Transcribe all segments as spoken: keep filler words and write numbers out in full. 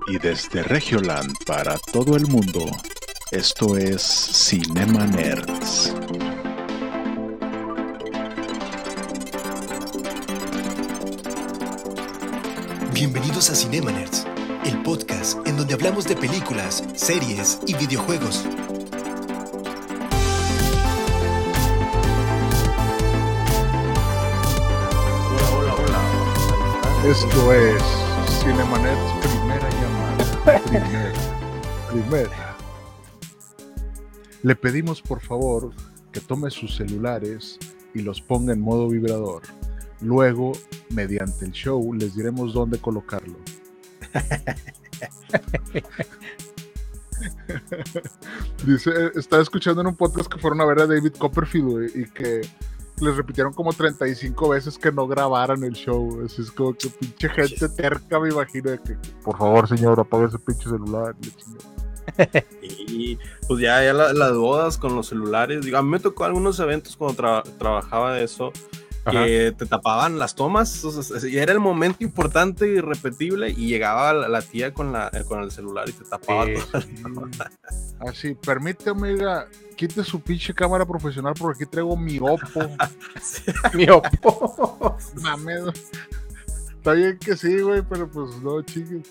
Y desde Regioland para todo el mundo, esto es Cinema Nerds. Bienvenidos a Cinema Nerds, el podcast en donde hablamos de películas, series y videojuegos. Hola, hola, hola. Esto es Cinema Nerds, primera llamada. Primera. Primera. Le pedimos por favor que tome sus celulares y los ponga en modo vibrador. Luego, mediante el show, les diremos dónde colocarlo. Dice, estaba escuchando en un podcast que fueron a ver a David Copperfield, güey, y que les repitieron como treinta y cinco veces que no grabaran el show. Así es como que pinche gente terca, me imagino, de que por favor, señor, apague ese pinche celular. Y pues ya, ya la, las bodas con los celulares. Digo, a mí me tocó algunos eventos cuando tra- trabajaba de eso. Que Ajá. te tapaban las tomas, o sea, era el momento importante y irrepetible y llegaba la, la tía con, la, con el celular y te tapaba sí, todas sí. Así, permíteme, oiga, quite su pinche cámara profesional porque aquí traigo mi Oppo. Sí. Mi Oppo. Mames. Está bien que sí, güey, pero pues no, chingues.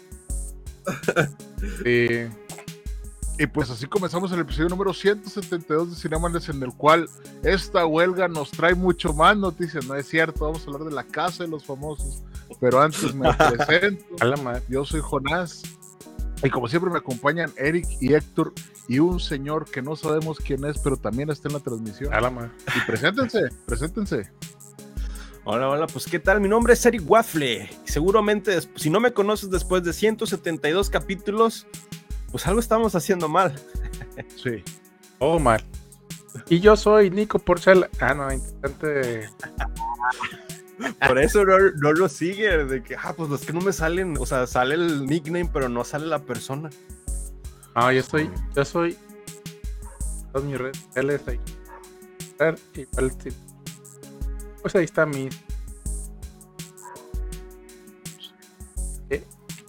Sí. Y pues así comenzamos el episodio número ciento setenta y dos de Cinema Nerds, en el cual esta huelga nos trae mucho más noticias. No es cierto, vamos a hablar de la casa de los famosos. Pero antes me presento. Yo soy Jonás. Y como siempre me acompañan Eric y Héctor y un señor que no sabemos quién es, pero también está en la transmisión. Y preséntense, preséntense. Hola, hola, pues ¿qué tal? Mi nombre es Eric Waffle. Seguramente, si no me conoces después de ciento setenta y dos capítulos, pues algo estamos haciendo mal. Sí. Oh, mal. Y yo soy Nico Porchel. Ah, no, intentante. Por eso no, no lo sigue. De que, ah, pues los que no me salen. O sea, sale el nickname, pero no sale la persona. Ah, yo soy. Yo soy. Todas mis redes sociales ahí. Igual, sí. Pues ahí está mi. ¿Qué?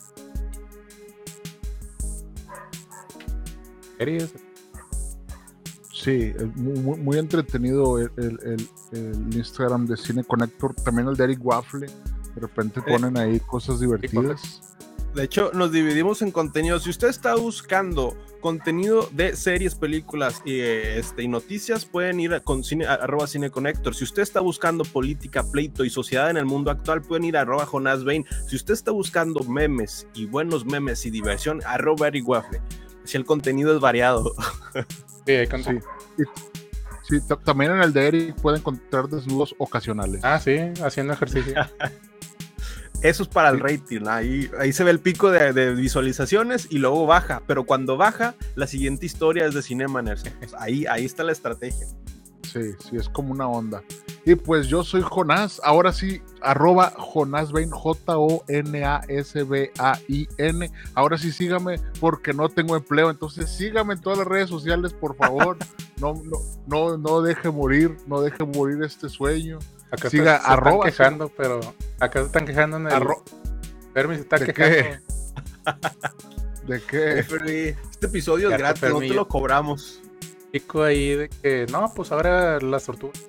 Series. Sí, muy, muy entretenido el, el, el, el Instagram de Cine Connector, también el de Eric Waffle. De repente ponen ahí cosas divertidas. De hecho, nos dividimos en contenido. Si usted está buscando contenido de series, películas y, este, y noticias, pueden ir a, con cine, a, arroba Cine Connector. Si usted está buscando política, pleito y sociedad en el mundo actual, pueden ir a arroba Jonás Bain. Si usted está buscando memes y buenos memes y diversión, arroba Eric Waffle. Si el contenido es variado. Sí, hay contenido. Sí, sí, t- también en el de Eric pueden encontrar desnudos ocasionales. Ah, sí, haciendo ejercicio. Eso es para el rating. Ahí, ahí se ve el pico de, de visualizaciones y luego baja. Pero cuando baja, la siguiente historia es de Cinema Nerds. Ahí, ahí está la estrategia. Sí, sí, es como una onda. Y pues yo soy Jonás, ahora sí, arroba Jonás Bain, J O N A S B A I N. Ahora sí sígame porque no tengo empleo, entonces sígame en todas las redes sociales, por favor. No, no, no, no deje morir, no deje morir este sueño. Acá Siga, se, se arroba, están quejando, sí. Pero acá se están quejando en el... Arro... Fermi se está ¿De quejando. Qué? ¿De qué? Este episodio ya es gratis, no te lo cobramos. Chico ahí de que, no, pues ahora las tortugas.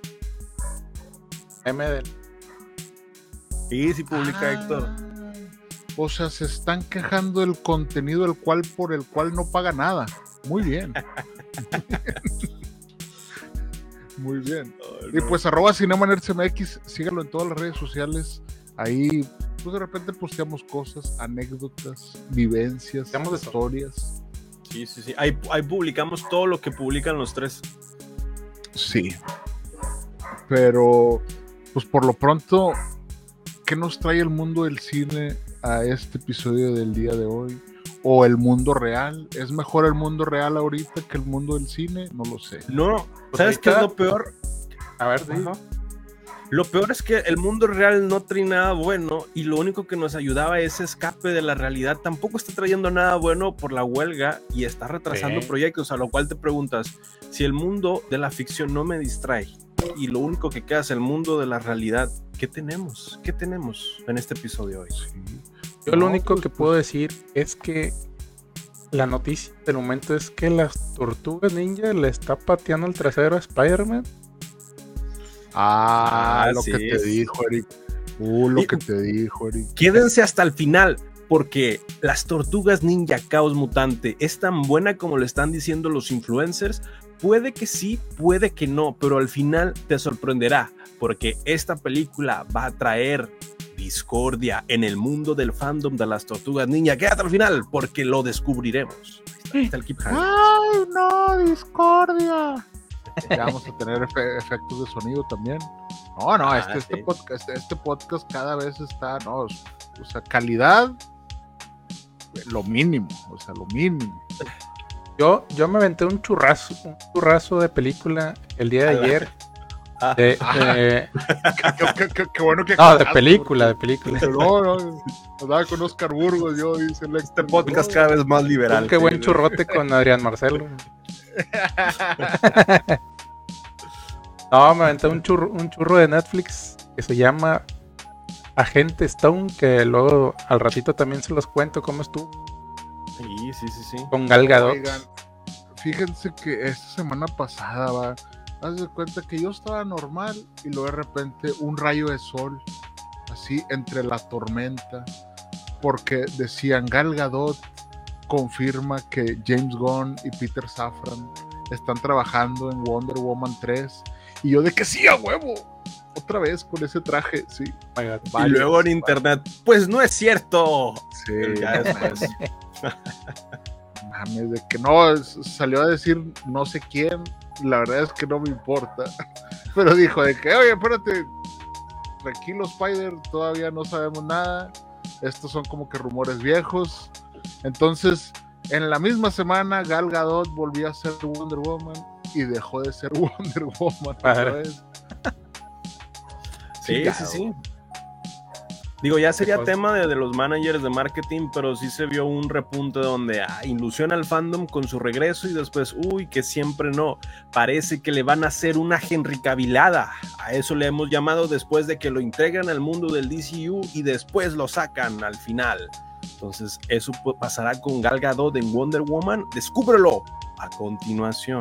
M del... Sí, sí publica ah, Héctor. O sea, se están quejando del contenido el cual, por el cual no paga nada. Muy bien. Muy bien. Oh, no. Y pues arroba Cinema Nerds M X, síganlo en todas las redes sociales. Ahí, pues de repente posteamos cosas, anécdotas, vivencias, historias. Sí, sí, sí. Ahí, ahí publicamos todo lo que publican los tres. Sí. Pero, pues por lo pronto, ¿qué nos trae el mundo del cine a este episodio del día de hoy? ¿O el mundo real? ¿Es mejor el mundo real ahorita que el mundo del cine? No lo sé. No, ¿sabes qué es lo peor? A ver, sí. Lo peor es que el mundo real no trae nada bueno y lo único que nos ayudaba es ese escape de la realidad. Tampoco está trayendo nada bueno por la huelga y está retrasando sí. proyectos, a lo cual te preguntas, si el mundo de la ficción no me distrae y lo único que queda es el mundo de la realidad, ¿qué tenemos? ¿Qué tenemos en este episodio hoy? Sí. Yo lo No, único pues, que puedo decir es que la noticia del momento es que las tortugas ninja le está pateando el trasero a Spider-Man. Ah, Ah, lo sí, que te sí. dijo, Eric. Uh, lo Y- que te dijo, Eric. Quédense hasta el final, porque las tortugas ninja Caos Mutante es tan buena como lo están diciendo los influencers. Puede que sí, puede que no, pero al final te sorprenderá, porque esta película va a traer discordia en el mundo del fandom de las tortugas ninja. Quédate al final, porque lo descubriremos. Ahí está el Keep Hanging. ¡Ay, no! ¡Discordia! Ya vamos a tener efe- efectos de sonido también. No, no, Ah, este, este, sí. podcast, este, este podcast cada vez está, no, o sea, calidad, lo mínimo, o sea, lo mínimo. Yo, yo me aventé un churrazo, un churrazo de película el día de A la- ayer. Ah. De, de- Qué, qué- qué- qué bueno que no, de aclaraste, película, de porque- película. No, no, andaba con Oscar Burgos, yo, dice el Este podcast cada vez más liberal. Qué buen Sí, churrote con Adrián Marcelo. No, me aventé un churro, un churro de Netflix que se llama Agente Stone, que luego al ratito también se los cuento cómo estuvo Sí, sí, sí, sí. con Gal Gadot. Oigan, fíjense que esta semana pasada, va, haz de cuenta que yo estaba normal y luego de repente un rayo de sol, así entre la tormenta, porque decían Gal Gadot confirma que James Gunn y Peter Safran están trabajando en Wonder Woman tres, y yo de que sí, a huevo, otra vez con ese traje, sí. Oh my God. Y Varios, luego en internet, pues no es cierto. Sí, Pero ya después. mames, de que no, es- salió a decir no sé quién, la verdad es que no me importa, pero dijo de que, oye, espérate, tranquilo Spider, todavía no sabemos nada, estos son como que rumores viejos. Entonces, en la misma semana, Gal Gadot volvió a ser Wonder Woman y dejó de ser Wonder Woman otra Padre. vez. Sí, sí, Chingado. sí. Digo, ya sería Pues- tema de, de los managers de marketing, pero sí se vio un repunte donde ah, ilusiona al fandom con su regreso y después, uy, que siempre no. Parece que le van a hacer una Henry Cavillada. A eso le hemos llamado después de que lo integran al mundo del D C U y después lo sacan al final. Entonces, eso pu- pasará con Gal Gadot en Wonder Woman. Descúbrelo a continuación.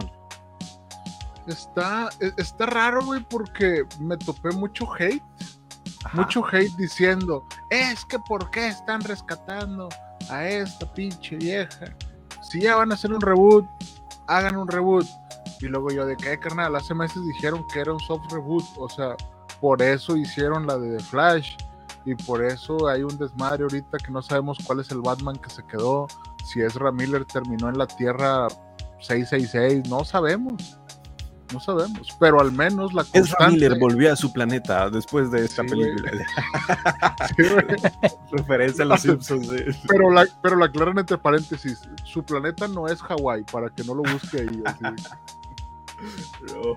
Está, e- está raro, güey, porque me topé mucho hate. Ajá. Mucho hate diciendo, es que ¿por qué están rescatando a esta pinche vieja? Si ya van a hacer un reboot, hagan un reboot. Y luego yo de que, carnal, hace meses dijeron que era un soft reboot, o sea, por eso hicieron la de The Flash, y por eso hay un desmadre ahorita que no sabemos cuál es el Batman que se quedó, si Ezra Miller terminó en la Tierra seiscientos sesenta y seis, no sabemos. No sabemos, pero al menos la Ezra constante... Miller volvió a su planeta después de esta Sí, película. Sí, güey. Referencia a los Simpsons. eh. Pero la, pero la aclaran entre paréntesis, su planeta no es Hawái, para que no lo busque ahí. Así. No.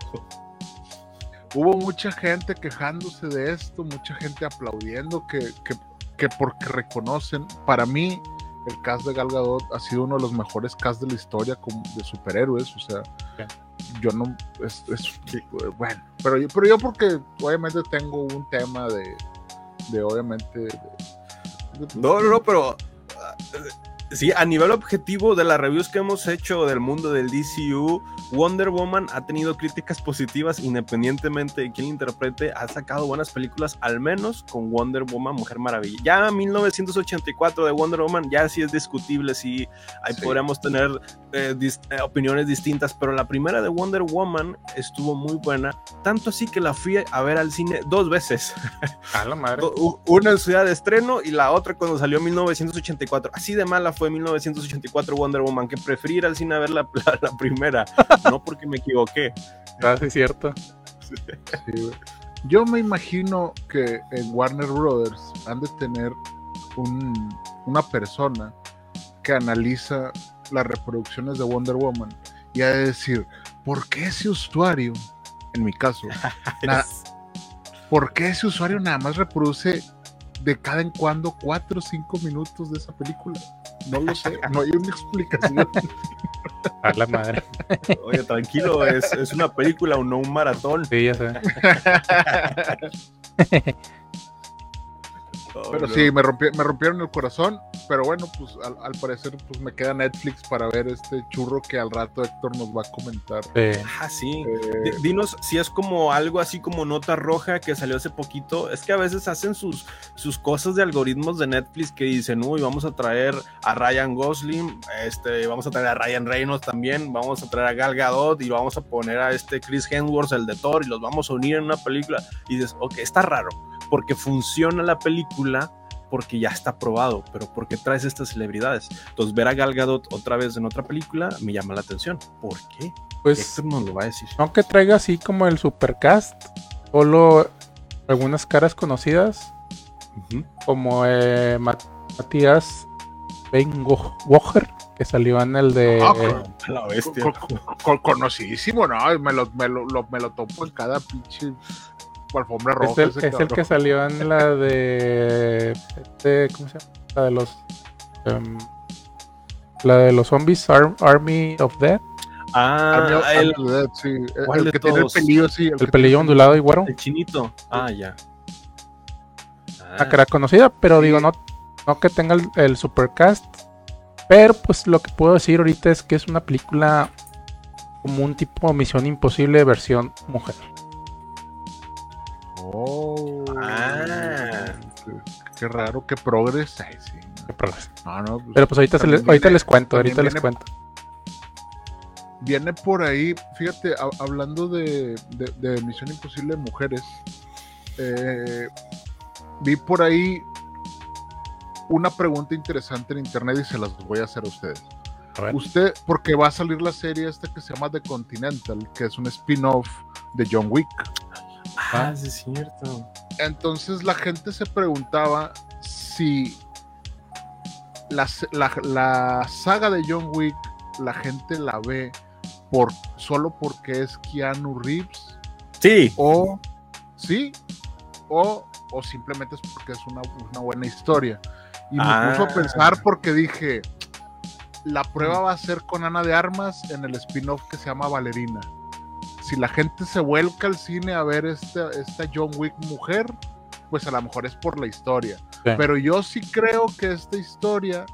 Hubo mucha gente quejándose de esto, mucha gente aplaudiendo que, que, que porque reconocen, para mí, el cast de Gal Gadot ha sido uno de los mejores cast de la historia como de superhéroes, o sea, Okay. yo no, es, es bueno, pero yo, pero yo porque obviamente tengo un tema de, de obviamente, de, de- No, no, no, pero ah, sí, a nivel objetivo de las reviews que hemos hecho del mundo del D C U, Wonder Woman ha tenido críticas positivas independientemente de quién interprete, ha sacado buenas películas, al menos con Wonder Woman, Mujer Maravilla. Ya mil novecientos ochenta y cuatro de Wonder Woman, ya sí es discutible, sí, ahí Sí. podríamos tener eh, dis- eh, opiniones distintas, pero la primera de Wonder Woman estuvo muy buena, tanto así que la fui a ver al cine dos veces. A la madre. U- Una en ciudad de estreno y la otra cuando salió en mil novecientos ochenta y cuatro. Así de mala fue mil novecientos ochenta y cuatro Wonder Woman, que preferí ir al cine a ver la, la, la primera, no porque me equivoqué. Ah, sí, es cierto. Sí, güey. Yo me imagino que en Warner Brothers han de tener un, una persona que analiza las reproducciones de Wonder Woman y ha de decir, ¿por qué ese usuario, en mi caso, na- ¿por qué ese usuario nada más reproduce de cada en cuando cuatro o cinco minutos de esa película? No lo sé, no hay una explicación. A la madre. Oye, tranquilo, es, es una película, no un maratón. Sí, ya sé. Oh, pero no. sí, me, rompi, me rompieron el corazón, pero bueno, pues al, al parecer pues me queda Netflix para ver este churro que al rato Héctor nos va a comentar. Sí. Ah, sí. Eh, D- Dinos si es como algo así como Nota Roja que salió hace poquito. Es que a veces hacen sus, sus cosas de algoritmos de Netflix que dicen, uy, vamos a traer a Ryan Gosling, este, vamos a traer a Ryan Reynolds también, vamos a traer a Gal Gadot y vamos a poner a este Chris Hemsworth, el de Thor, y los vamos a unir en una película. Y dices, ok, está raro, porque funciona la película, porque ya está probado, pero ¿por qué traes estas celebridades? Entonces ver a Gal Gadot otra vez en otra película me llama la atención. ¿Por qué? Pues Héctor nos lo va a decir. aunque traiga así como el supercast, solo algunas caras conocidas, Uh-huh. como eh, Mat- Matías Bengocher, que salió en el de... Ah, A la bestia. con, con, con, conocidísimo, ¿no? Me lo, me, lo, lo, me lo topo en cada pinche alfombra roja. Es el, ese es el que salió en la de... Este, ¿cómo se llama? La de los... Um, la de los zombies, Ar- Army of Death. Ah, Army of- el, Army of Dead, sí. El, ¿cuál el de que tiene el todos? pelillo, sí. El que pelillo tiene ondulado y güero. el chinito. Ah, ya. Ah, Una cara conocida, pero Sí. digo, no, no que tenga el, el supercast. Pero pues lo que puedo decir ahorita es que es una película como un tipo Misión Imposible versión mujer. Oh. Ah. Qué, qué raro, qué progres. Ay, sí. Qué progreso. No, no, pues, Pero pues ahorita, se les, también ahorita viene- les cuento, también ahorita les viene- cuento. Viene por ahí, fíjate, a- hablando de, de, de Misión Imposible de mujeres, eh, vi por ahí una pregunta interesante en internet y se las voy a hacer a ustedes. A ver. Usted, porque va a salir la serie esta que se llama The Continental, que es un spin-off de John Wick. Ah, sí es cierto. Entonces la gente se preguntaba si la, la, la saga de John Wick la gente la ve por, solo porque es Keanu Reeves Sí. o sí o, o simplemente es porque es una, una buena historia. Y me Ah. puso a pensar porque dije, la prueba va a ser con Ana de Armas en el spin-off que se llama Valerina. Si la gente se vuelca al cine a ver esta, esta John Wick mujer, pues a lo mejor es por la historia. Sí. Pero yo sí creo que esta historia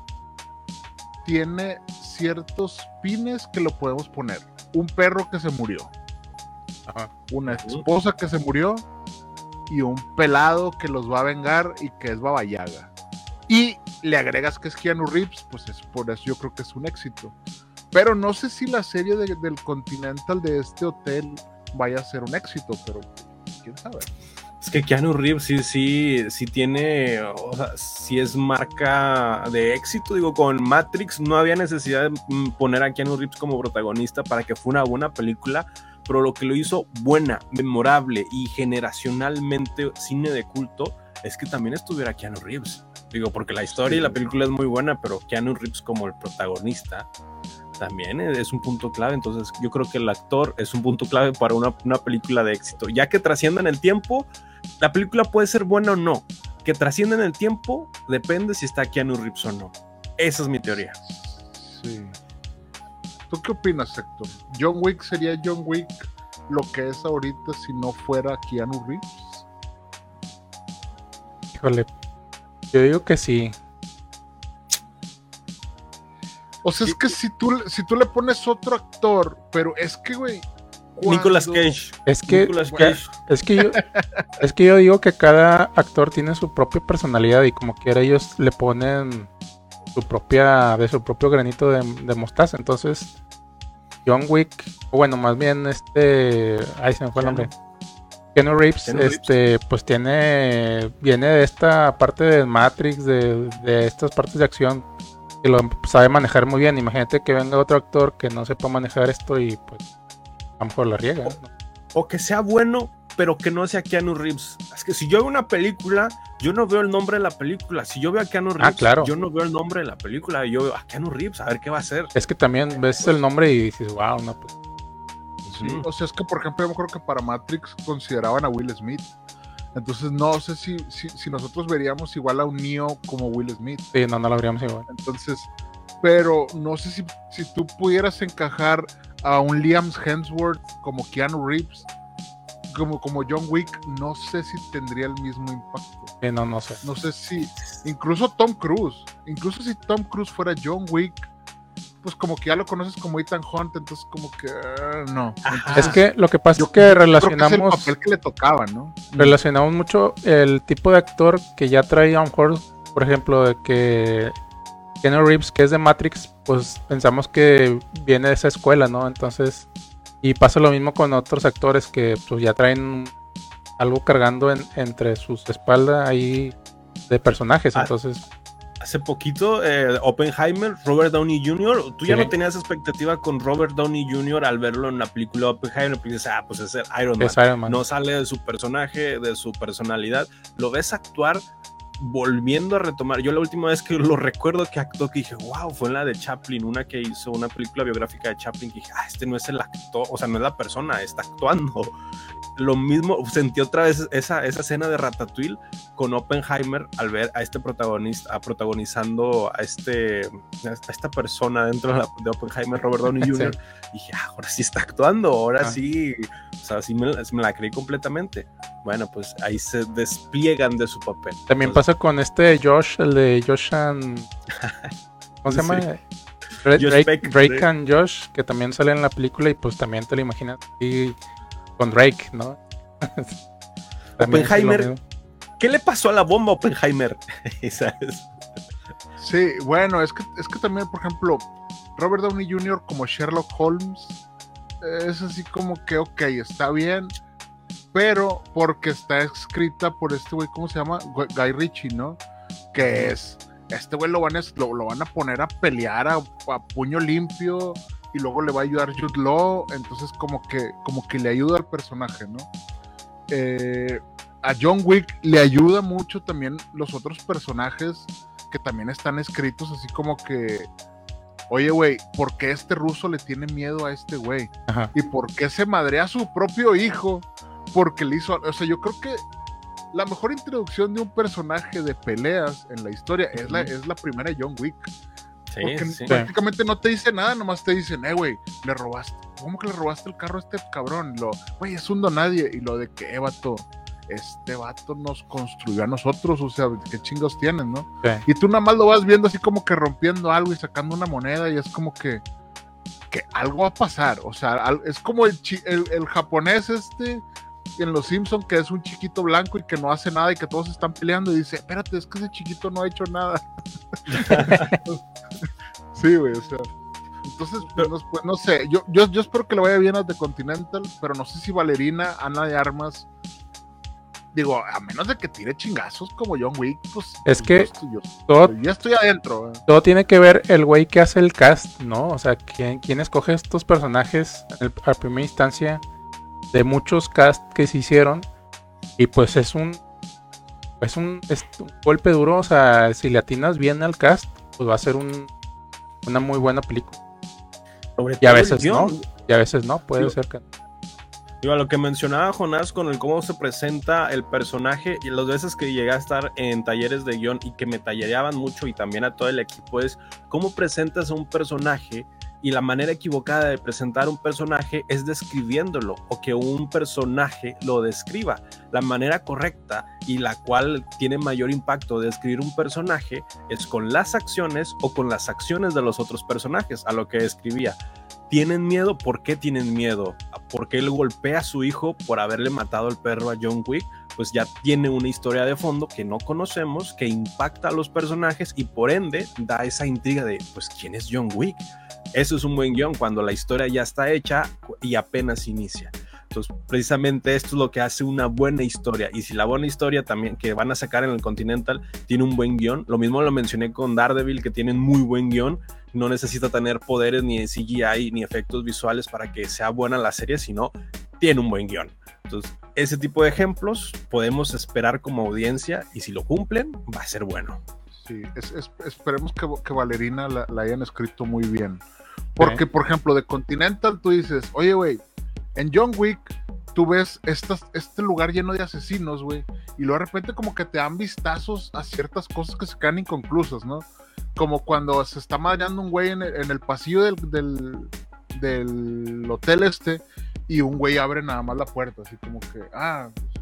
tiene ciertos pines que lo podemos poner. Un perro que se murió, Ajá. una esposa que se murió y un pelado que los va a vengar y que es Baba Yaga. Y le agregas que es Keanu Reeves, pues es por eso yo creo que es un éxito. Pero no sé si la serie de, del Continental de este hotel vaya a ser un éxito, pero quién sabe. Es que Keanu Reeves sí, sí, sí tiene, o sea, sí es marca de éxito. Digo, con Matrix no había necesidad de mm, poner a Keanu Reeves como protagonista para que fuera una buena película, pero lo que lo hizo buena, memorable y generacionalmente cine de culto es que también estuviera Keanu Reeves. Digo, porque la historia y la película es muy buena, pero Keanu Reeves como el protagonista también es un punto clave. Entonces yo creo que el actor es un punto clave para una, una película de éxito, ya que trascienda en el tiempo. La película puede ser buena o no, que trascienda en el tiempo depende si está Keanu Reeves o no. Esa es mi teoría. Sí. ¿Tú qué opinas, Héctor? ¿John Wick sería John Wick lo que es ahorita si no fuera Keanu Reeves? Híjole, yo digo que sí. O sea, es que si tú, si tú le pones otro actor, pero es que, güey... cuando- Nicolas Cage. Es que, Nicolas Cage. es que yo, es que yo digo que cada actor tiene su propia personalidad y como quiera ellos le ponen su propia, de su propio granito de, de mostaza. Entonces, John Wick, o bueno, más bien este, ahí se me fue el nombre. Keanu Reeves, Keanu Reeves. este, pues tiene, viene de esta parte de Matrix, de, de estas partes de acción que lo sabe manejar muy bien. Imagínate que venga otro actor que no sepa manejar esto y pues a lo mejor la riega, ¿no? O que sea bueno, pero que no sea Keanu Reeves. Es que si yo veo una película, yo no veo el nombre de la película. Si yo veo a Keanu Reeves, claro. yo no veo el nombre de la película. Yo veo a Keanu Reeves, a ver qué va a hacer. Es que también ves el nombre y dices, wow, no, pues, Sí, Ujú. o sea, es que por ejemplo, yo me acuerdo que para Matrix consideraban a Will Smith. Entonces no sé si, si, si nosotros veríamos igual a un Neo como Will Smith. sí, no, no lo habríamos igual. Entonces, pero no sé si, si tú pudieras encajar a un Liam Hemsworth como Keanu Reeves, como, como John Wick, no sé si tendría el mismo impacto. Sí, no, no sé. No sé si, incluso Tom Cruise, incluso si Tom Cruise fuera John Wick, pues como que ya lo conoces como Ethan Hunt, entonces como que uh, no. Entonces, es que lo que pasa yo es que relacionamos... creo que es el papel que le tocaba, ¿no? Relacionamos mucho el tipo de actor que ya trae a un mejor, por ejemplo, de que Keanu Reeves, que es de Matrix, pues pensamos que viene de esa escuela, ¿no? Entonces, y pasa lo mismo con otros actores que pues ya traen algo cargando en, entre sus espaldas ahí de personajes, ah, entonces... Hace poquito, eh, Oppenheimer, Robert Downey junior, tú sí. ya no tenías expectativa con Robert Downey junior al verlo en la película Oppenheimer, porque dices, ah, pues es el Iron Man. Es Iron Man. No sale de su personaje, de su personalidad, lo ves actuar volviendo a retomar. Yo la última vez que lo recuerdo que actuó, que dije, wow, fue en la de Chaplin, una que hizo una película biográfica de Chaplin, que dije, ah, este no es el actor, o sea, no es la persona, está actuando. Lo mismo, sentí otra vez esa, esa escena de Ratatouille con Oppenheimer al ver a este protagonista, a protagonizando a, este, a esta persona dentro de, la, de Oppenheimer, Robert Downey junior Sí. Dije, ah, ahora sí está actuando, ahora ah. sí, o sea, sí me, me la creí completamente. Bueno, pues ahí se despliegan de su papel. También Entonces, pasa con este Josh, el de Josh and... ¿Cómo se llama? Sí. Drake, Drake, Drake sí. and Josh, que también sale en la película y pues también te lo imaginas y con Drake, ¿no? Oppenheimer, ¿qué le pasó a la bomba Oppenheimer? ¿Sabes? Sí, bueno, es que, es que también, por ejemplo, Robert Downey junior como Sherlock Holmes es así como que, ok, está bien, pero porque está escrita por este güey, ¿cómo se llama? Guy Ritchie, ¿no? Que es, este güey lo van a, lo, lo van a poner a pelear a, a puño limpio y luego le va a ayudar Jude Law, entonces como que, como que le ayuda al personaje, ¿no? Eh, a John Wick le ayuda mucho también los otros personajes que también están escritos así como que, oye güey, ¿por qué este ruso le tiene miedo a este güey? ¿Y por qué se madrea a su propio hijo? Porque le hizo, o sea, yo creo que la mejor introducción de un personaje de peleas en la historia es la, es la primera John Wick. Sí, porque sí. prácticamente no te dice nada, nomás te dicen, eh, güey, le robaste, ¿cómo que le robaste el carro a este cabrón? Lo, güey, es un donadie, y lo de que, eh, vato, este vato nos construyó a nosotros, o sea, qué chingos tienen, ¿no? Sí. Y tú nada más lo vas viendo así como que rompiendo algo y sacando una moneda, y es como que, que algo va a pasar, o sea, es como el, el, el japonés este en Los Simpson, que es un chiquito blanco y que no hace nada y que todos están peleando y dice, espérate, es que ese chiquito no ha hecho nada. Sí, güey, o sea, entonces, pues, no, pues, no sé, yo, yo, yo espero que le vaya bien a The Continental, pero no sé si Valerina, Ana de Armas, digo, a menos de que tire chingazos como John Wick, pues... Es que yo estoy, yo, todo, ya estoy adentro. Eh. Todo tiene que ver el güey que hace el cast, ¿no? O sea, ¿quién, quién escoge estos personajes el, a primera instancia de muchos cast que se hicieron? Y pues es un... Es un, es un golpe duro, o sea, si le atinas bien al cast, pues va a ser un... una muy buena película. Sobre y a veces no, y a veces no, puede Digo, ser que Digo, a lo que mencionaba Jonás con el cómo se presenta el personaje y las veces que llegué a estar en talleres de guión y que me tallereaban mucho y también a todo el equipo es cómo presentas a un personaje, y la manera equivocada de presentar un personaje es describiéndolo o que un personaje lo describa. La manera correcta y la cual tiene mayor impacto de describir un personaje es con las acciones o con las acciones de los otros personajes, a lo que describía. ¿Tienen miedo? ¿Por qué tienen miedo? ¿Por qué él golpea a su hijo por haberle matado el perro a John Wick? Pues ya tiene una historia de fondo que no conocemos, que impacta a los personajes y por ende da esa intriga de, pues, ¿quién es John Wick? Eso es un buen guión, cuando la historia ya está hecha y apenas inicia. Entonces, precisamente esto es lo que hace una buena historia. Y si la buena historia también que van a sacar en el Continental tiene un buen guión, lo mismo lo mencioné con Daredevil, que tienen muy buen guión, no necesita tener poderes ni C G I ni efectos visuales para que sea buena la serie, sino tiene un buen guión. Entonces, ese tipo de ejemplos podemos esperar como audiencia y si lo cumplen, va a ser bueno. Sí, es, es, esperemos que, que Valerina la, la hayan escrito muy bien. Porque, por ejemplo, de Continental tú dices, oye, güey, en John Wick tú ves estas, este lugar lleno de asesinos, güey, y luego de repente como que te dan vistazos a ciertas cosas que se quedan inconclusas, ¿no? Como cuando se está madreando un güey en el, en el pasillo del, del, del hotel este y un güey abre nada más la puerta, así como que, ah,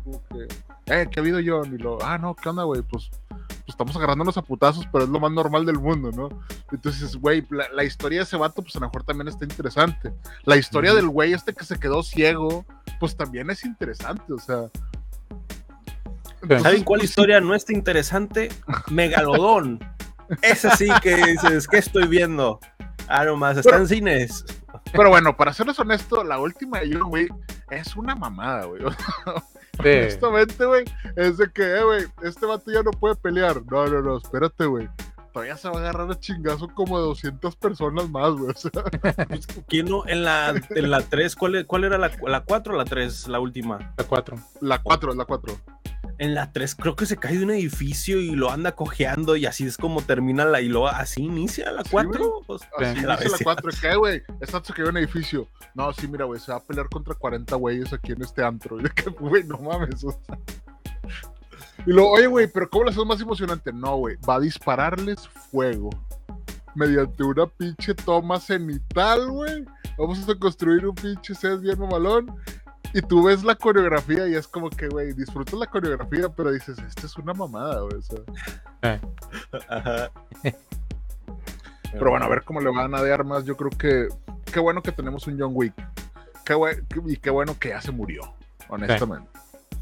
como que, eh, ¿qué ha habido, John? Y lo, ah, no, ¿qué onda, güey? Pues, pues estamos agarrándonos a putazos, pero es lo más normal del mundo, ¿no? Entonces, güey, la, la historia de ese vato, pues a lo mejor también está interesante. La historia uh-huh. del güey este que se quedó ciego, pues también es interesante, o sea. Entonces, ¿saben cuál pues, historia sí? no está interesante? Megalodón. Esa sí que dices, ¿qué estoy viendo? Ah, nomás, está pero, en cines. Pero bueno, para serles honesto, la última de John Wick es una mamada, güey. Sí. Honestamente, güey, es de que, eh, güey, este vato ya no puede pelear. No, no, no, espérate, güey. Todavía se va a agarrar a chingazo como de doscientas personas más, güey. O sea. ¿Quién no? En la, en la tres, ¿cuál, ¿cuál era la, la cuatro o la tres, la última? La cuatro. La cuatro, es la cuatro. En la tres creo que se cae de un edificio y lo anda cojeando y así es como termina la... Y luego así inicia la cuatro. Sí, pues, así la inicia la cuatro. ¿Qué, güey? Esta se cayó en un edificio. No, sí, mira, güey, se va a pelear contra cuarenta güeyes aquí en este antro. Y de que, güey, no mames. O sea. Y luego, oye, güey, pero ¿cómo lo haces más emocionante? No, güey, va a dispararles fuego. Mediante una pinche toma cenital, güey. Vamos a construir un pinche set bien mamalón. Y tú ves la coreografía y es como que, güey, disfrutas la coreografía, pero dices, esta es una mamada, güey. O sea. eh. Ajá. Pero bueno, a ver cómo le van a dar más. Yo creo que qué bueno que tenemos un John Wick. Qué bueno, y qué bueno que ya se murió, honestamente.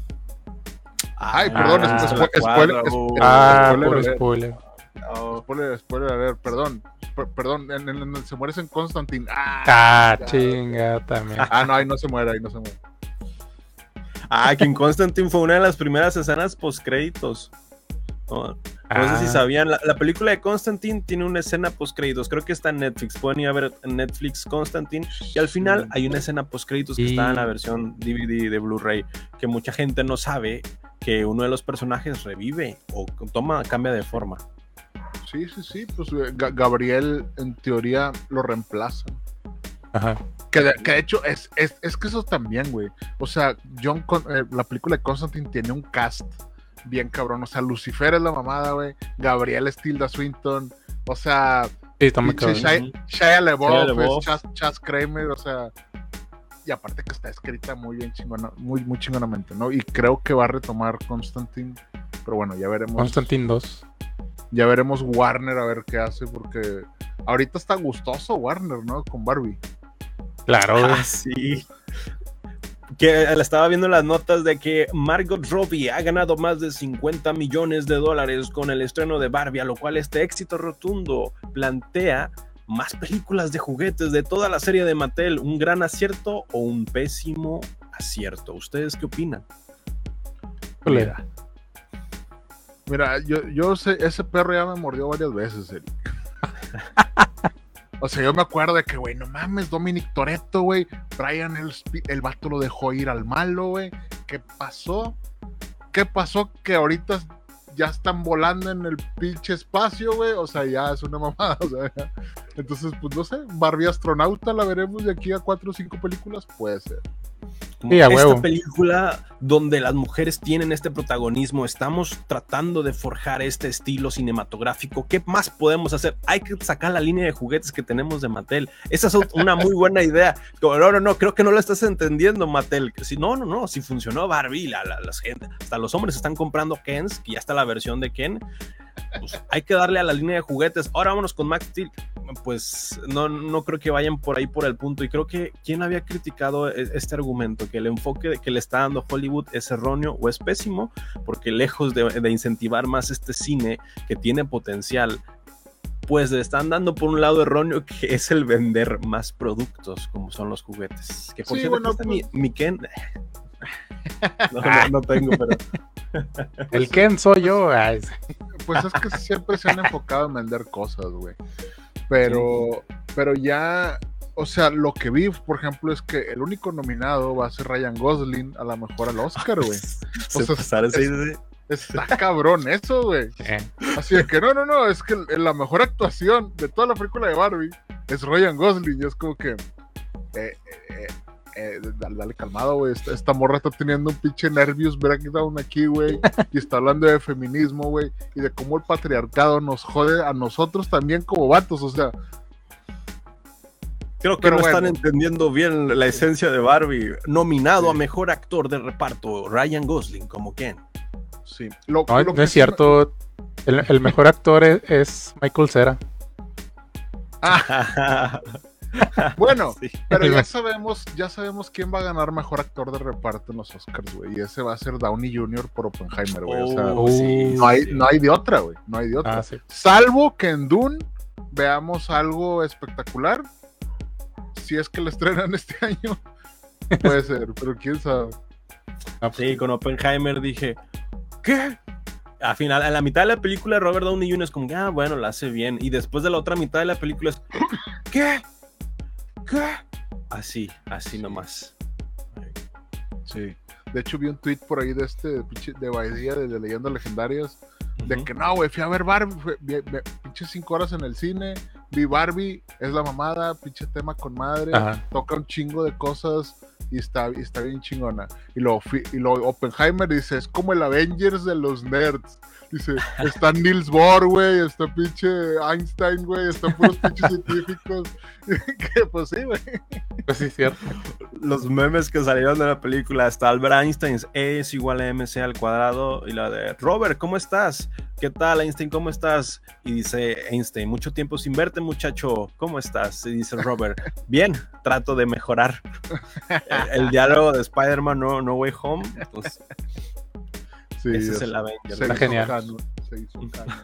Eh. Ay, perdón, ah, es, spoiler, spoiler, spoiler, ah, spoiler, spoiler. Oh, spoiler, spoiler, a ver, perdón. Per- perdón, en, en, en, se muere en Constantine. Ah, ah chinga, también. Ah, no, ahí no se muere, ahí no se muere. Ah, que en Constantine fue una de las primeras escenas postcréditos. No, no ah. sé si sabían, la, la película de Constantine tiene una escena postcréditos, creo que está en Netflix, pueden ir a ver en Netflix Constantine, y al final hay una escena postcréditos que sí. está en la versión D V D de Blu-ray, que mucha gente no sabe que uno de los personajes revive o toma, cambia de forma. Sí, sí, sí, pues G- Gabriel en teoría lo reemplaza. Ajá. Que de, que de hecho es, es, es que eso también, güey. O sea, John Con, eh, la película de Constantine tiene un cast bien cabrón. O sea, Lucifer es la mamada, güey. Gabriel es Tilda Swinton. O sea, sí, Shia, Shia, Shia LaBeouf es Chas, Chas Kramer. O sea, y aparte que está escrita muy bien chingona, muy, muy chingonamente, ¿no? Y creo que va a retomar Constantine. Pero bueno, ya veremos. Constantine dos. Ya veremos Warner a ver qué hace, porque ahorita está gustoso Warner, ¿no? Con Barbie. Claro, ah, sí. Que le estaba viendo las notas de que Margot Robbie ha ganado más de cincuenta millones de dólares con el estreno de Barbie, a lo cual este éxito rotundo plantea más películas de juguetes de toda la serie de Mattel. ¿Un gran acierto o un pésimo acierto? ¿Ustedes qué opinan? Mira, Mira yo, yo sé, ese perro ya me mordió varias veces, Eric. O sea, yo me acuerdo de que, güey, no mames, Dominic Toretto, güey, Brian el, el vato lo dejó ir al malo, güey. ¿Qué pasó? ¿Qué pasó? Que ahorita ya están volando en el pinche espacio, güey. O sea, ya es una mamada, o sea, ya. Entonces, pues no sé, Barbie astronauta la veremos de aquí a cuatro o cinco películas, puede ser. Sí, a huevo. Esta película donde las mujeres tienen este protagonismo, estamos tratando de forjar este estilo cinematográfico. ¿Qué más podemos hacer? Hay que sacar la línea de juguetes que tenemos de Mattel. Esa es una muy buena idea. No, no, no, creo que no lo estás entendiendo, Mattel. Si, no, no, no, si funcionó Barbie, la, la, la gente, hasta los hombres están comprando Kens, que ya está la versión de Ken. Pues hay que darle a la línea de juguetes. Ahora vámonos con Max Steel. Pues no, no creo que vayan por ahí por el punto, y creo que quien había criticado este argumento, que el enfoque que le está dando Hollywood es erróneo o es pésimo, porque lejos de, de incentivar más este cine que tiene potencial, pues le están dando por un lado erróneo, que es el vender más productos como son los juguetes, que por sí, cierto, bueno, pues... mi, mi Ken no, no, no tengo, pero el Ken soy yo. Ay. Pues es que siempre se han enfocado en vender cosas, güey. Pero, sí. pero ya, o sea, lo que vi, por ejemplo, es que el único nominado va a ser Ryan Gosling, a lo mejor al Oscar, güey. O sea, es, es, está cabrón eso, güey. Eh. Así de que no, no, no, es que la mejor actuación de toda la película de Barbie es Ryan Gosling, y es como que eh, eh, eh, dale, dale calmado, güey. Esta, esta morra está teniendo un pinche nervious breakdown aquí, güey. Y está hablando de feminismo, güey. Y de cómo el patriarcado nos jode a nosotros también como vatos, o sea. Creo que Pero no bueno. están entendiendo bien la esencia de Barbie. Nominado a mejor actor de reparto, Ryan Gosling como Ken. Sí. Lo, No, lo no que es sí cierto. El, el mejor actor es, es Michael Cera. me- Bueno, Sí. pero ya sabemos, ya sabemos quién va a ganar mejor actor de reparto en los Oscars, güey. Y ese va a ser Downey junior por Oppenheimer, güey. O sea, Oh, sí, no hay, sí. no hay de otra, güey. No hay de otra. Ah, sí. Salvo que en Dune veamos algo espectacular. Si es que lo estrenan este año, puede ser, pero quién sabe. Ah, pues, Sí, con Oppenheimer dije, ¿qué? Al final, a la mitad de la película, Robert Downey junior es como, ah, bueno, la hace bien. Y después de la otra mitad de la película es, ¿qué? ¿Qué? Así, así nomás. Sí. De hecho, vi un tweet por ahí de este pinche- de Baidía, de, de Leyendas Legendarias, de Ujú. que no, güey, fui a ver Barbie, fue, vi, vi, pinche cinco horas en el cine, vi Barbie, es la mamada, pinche tema con madre, Ajá. toca un chingo de cosas y está, y está bien chingona. Y luego, fui, y luego Oppenheimer dice, es como el Avengers de los nerds. Dice, está Niels Bohr, güey, está pinche Einstein, güey, están puros pinches científicos. Que pues sí, güey. Pues sí, cierto. Los memes que salieron de la película, está Albert Einstein, E es igual a mc al cuadrado, y la de Robert, ¿cómo estás? ¿Qué tal, Einstein? ¿Cómo estás? Y dice Einstein, mucho tiempo sin verte, muchacho, ¿cómo estás? Y dice Robert, bien, trato de mejorar. El, el diálogo de Spider-Man No, No Way Home, entonces, Sí, ese ya es el sé. Avenger. Se Está hizo genial. canon, se hizo canon.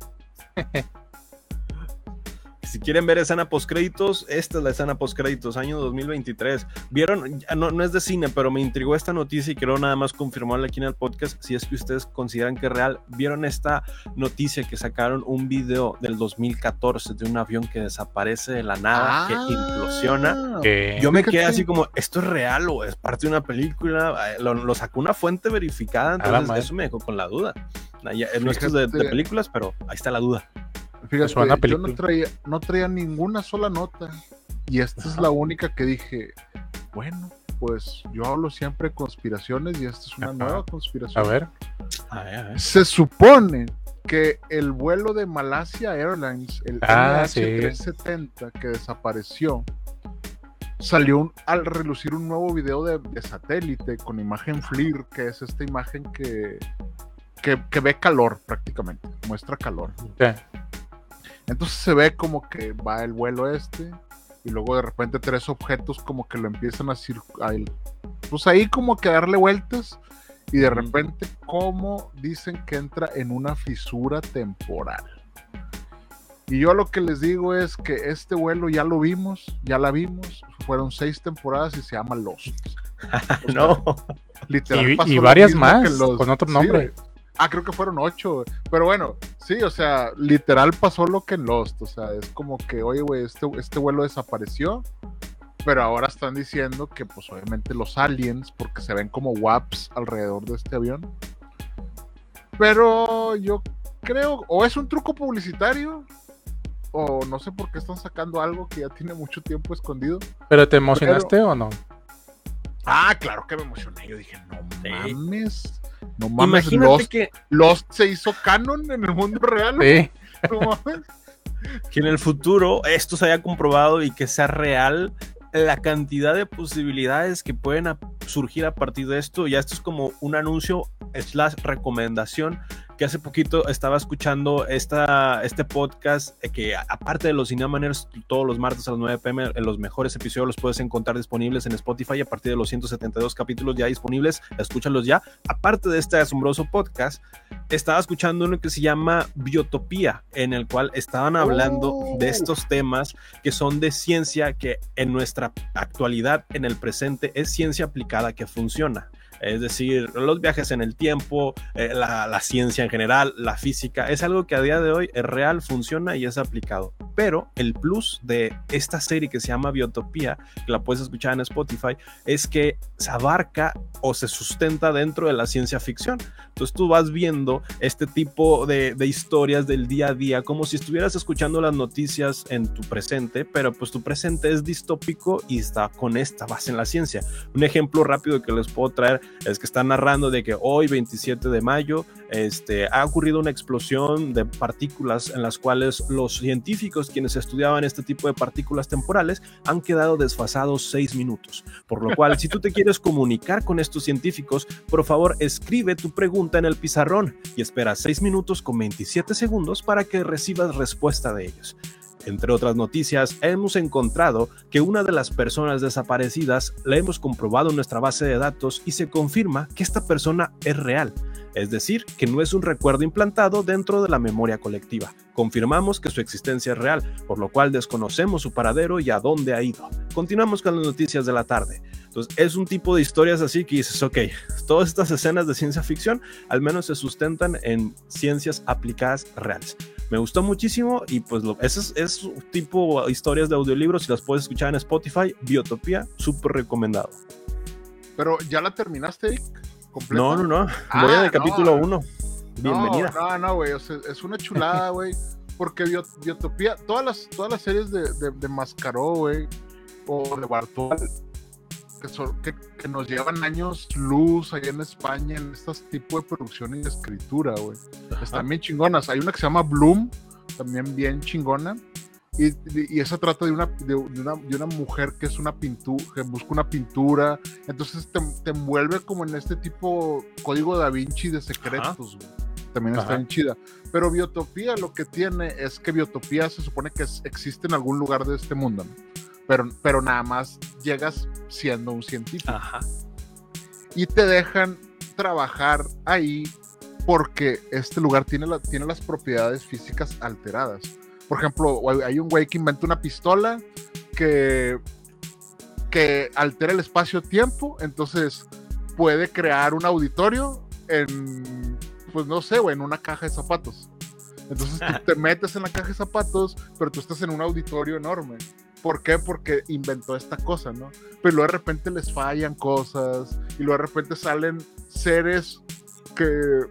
Si quieren ver escena postcréditos, esta es la escena postcréditos, año dos mil veintitrés. Vieron, ya no, no es de cine, pero me intrigó esta noticia y quiero nada más confirmarla aquí en el podcast, si es que ustedes consideran que es real. Vieron esta noticia que sacaron un video del dos mil catorce de un avión que desaparece de la nada, que implosiona. Que- Yo me quedé Fíjate. así como, ¿esto es real o es parte de una película? Eh, Lo, lo sacó una fuente verificada, la entonces madre. eso me dejó con la duda. Ya, no esto es de, de Fíjate. películas, pero ahí está la duda. Fíjate, suena a yo película. no traía, no traía ninguna sola nota. Y esta es la única que dije, bueno, pues yo hablo siempre de conspiraciones y esta es una Ajá. nueva A conspiración. ver. A ver, a ver. Se supone que el vuelo de Malasia Airlines, el Ah, M H sí. trescientos setenta que desapareció, salió un- al relucir un nuevo video de, de satélite con imagen FLIR, que es esta imagen que, que, que ve calor prácticamente, muestra calor. ¿Qué? Entonces se ve como que va el vuelo este y luego de repente tres objetos como que lo empiezan a circular, pues ahí como que darle vueltas y de Ujú. repente como dicen que entra en una fisura temporal. Y yo lo que les digo es que este vuelo ya lo vimos, ya la vimos, fueron seis temporadas y se llama Lost. O sea, No. literal Y- pasó y lo varias mismo más, que Lost. con otro Sí, nombre. güey. Ah, creo que fueron ocho, güey. Pero bueno, sí, o sea, literal pasó lo que en Lost. O sea, es como que, oye, güey, este, este vuelo desapareció. Pero ahora están diciendo que, pues, obviamente los aliens, porque se ven como W A Ps alrededor de este avión. Pero yo creo, o es un truco publicitario, o no sé por qué están sacando algo que ya tiene mucho tiempo escondido. ¿Pero te emocionaste o no? Ah, claro que me emocioné. Yo dije, no Sí. mames. No mames, Imagínate Lost, que, Lost se hizo canon en el mundo real. Sí. No mames. que en el futuro esto se haya comprobado y que sea real la cantidad de posibilidades que pueden a- surgir a partir de esto. Ya esto es como un anuncio slash recomendación, que hace poquito estaba escuchando esta, este podcast eh, que a- aparte de los Cinemaners, todos los martes a las nueve p m en los mejores episodios los puedes encontrar disponibles en Spotify a partir de los ciento setenta y dos capítulos ya disponibles, escúchalos ya. Aparte de este asombroso podcast, estaba escuchando uno que se llama Biotopía, en el cual estaban hablando Oh. de estos temas que son de ciencia, que en nuestra actualidad, en el presente, es ciencia aplicada que funciona. Es decir, los viajes en el tiempo, eh, la, la ciencia en general, la física, es algo que a día de hoy es real, funciona y es aplicado. Pero el plus de esta serie que se llama Biotopía, que la puedes escuchar en Spotify, es que se abarca o se sustenta dentro de la ciencia ficción. Entonces tú vas viendo este tipo de, de historias del día a día, como si estuvieras escuchando las noticias en tu presente, pero pues tu presente es distópico y está con esta base en la ciencia. Un ejemplo rápido que les puedo traer es que está narrando de que hoy, veintisiete de mayo, este, ha ocurrido una explosión de partículas en las cuales los científicos, quienes estudiaban este tipo de partículas temporales, han quedado desfasados seis minutos. Por lo cual, si tú te quieres comunicar con estos científicos, por favor, escribe tu pregunta en el pizarrón y espera seis minutos con veintisiete segundos para que recibas respuesta de ellos. Entre otras noticias, hemos encontrado que una de las personas desaparecidas la hemos comprobado en nuestra base de datos y se confirma que esta persona es real, es decir, que no es un recuerdo implantado dentro de la memoria colectiva. Confirmamos que su existencia es real, por lo cual desconocemos su paradero y a dónde ha ido. Continuamos con las noticias de la tarde. Entonces, es un tipo de historias así que dices, ok, todas estas escenas de ciencia ficción al menos se sustentan en ciencias aplicadas reales. Me gustó muchísimo y pues lo, ese es, es un tipo de historias de audiolibros, si las puedes escuchar en Spotify, Biotopía, súper recomendado. Pero, ¿ya la terminaste, Eric? ¿Completa? No, no, no, Ah, voy en el no. capítulo uno. Bienvenida. No, no, no, güey, o sea, es una chulada, güey, porque Biot- Biotopía, todas las, todas las series de, de, de Mascaró, güey, o de Bartol, que, son, que, que nos llevan años luz allá en España en estos tipos de producción y de escritura, güey. Están bien chingonas. Hay una que se llama Bloom, también bien chingona. Y, y esa trata de una, de, de, una, de una mujer que es una pintura, que busca una pintura. Entonces te, te envuelve como en este tipo código da Vinci de secretos, güey. También está Ajá. bien chida. Pero Biotopía lo que tiene es que Biotopía se supone que es, existe en algún lugar de este mundo, ¿no? Pero, pero nada más llegas siendo un científico. Ajá. Y te dejan trabajar ahí porque este lugar tiene, la, tiene las propiedades físicas alteradas. Por ejemplo, hay un güey que inventa una pistola que, que altera el espacio-tiempo, entonces puede crear un auditorio en, pues no sé, güey, en una caja de zapatos. Entonces tú te metes en la caja de zapatos, pero tú estás en un auditorio enorme. ¿Por qué? Porque inventó esta cosa, ¿no? Pero luego de repente les fallan cosas y luego de repente salen seres que...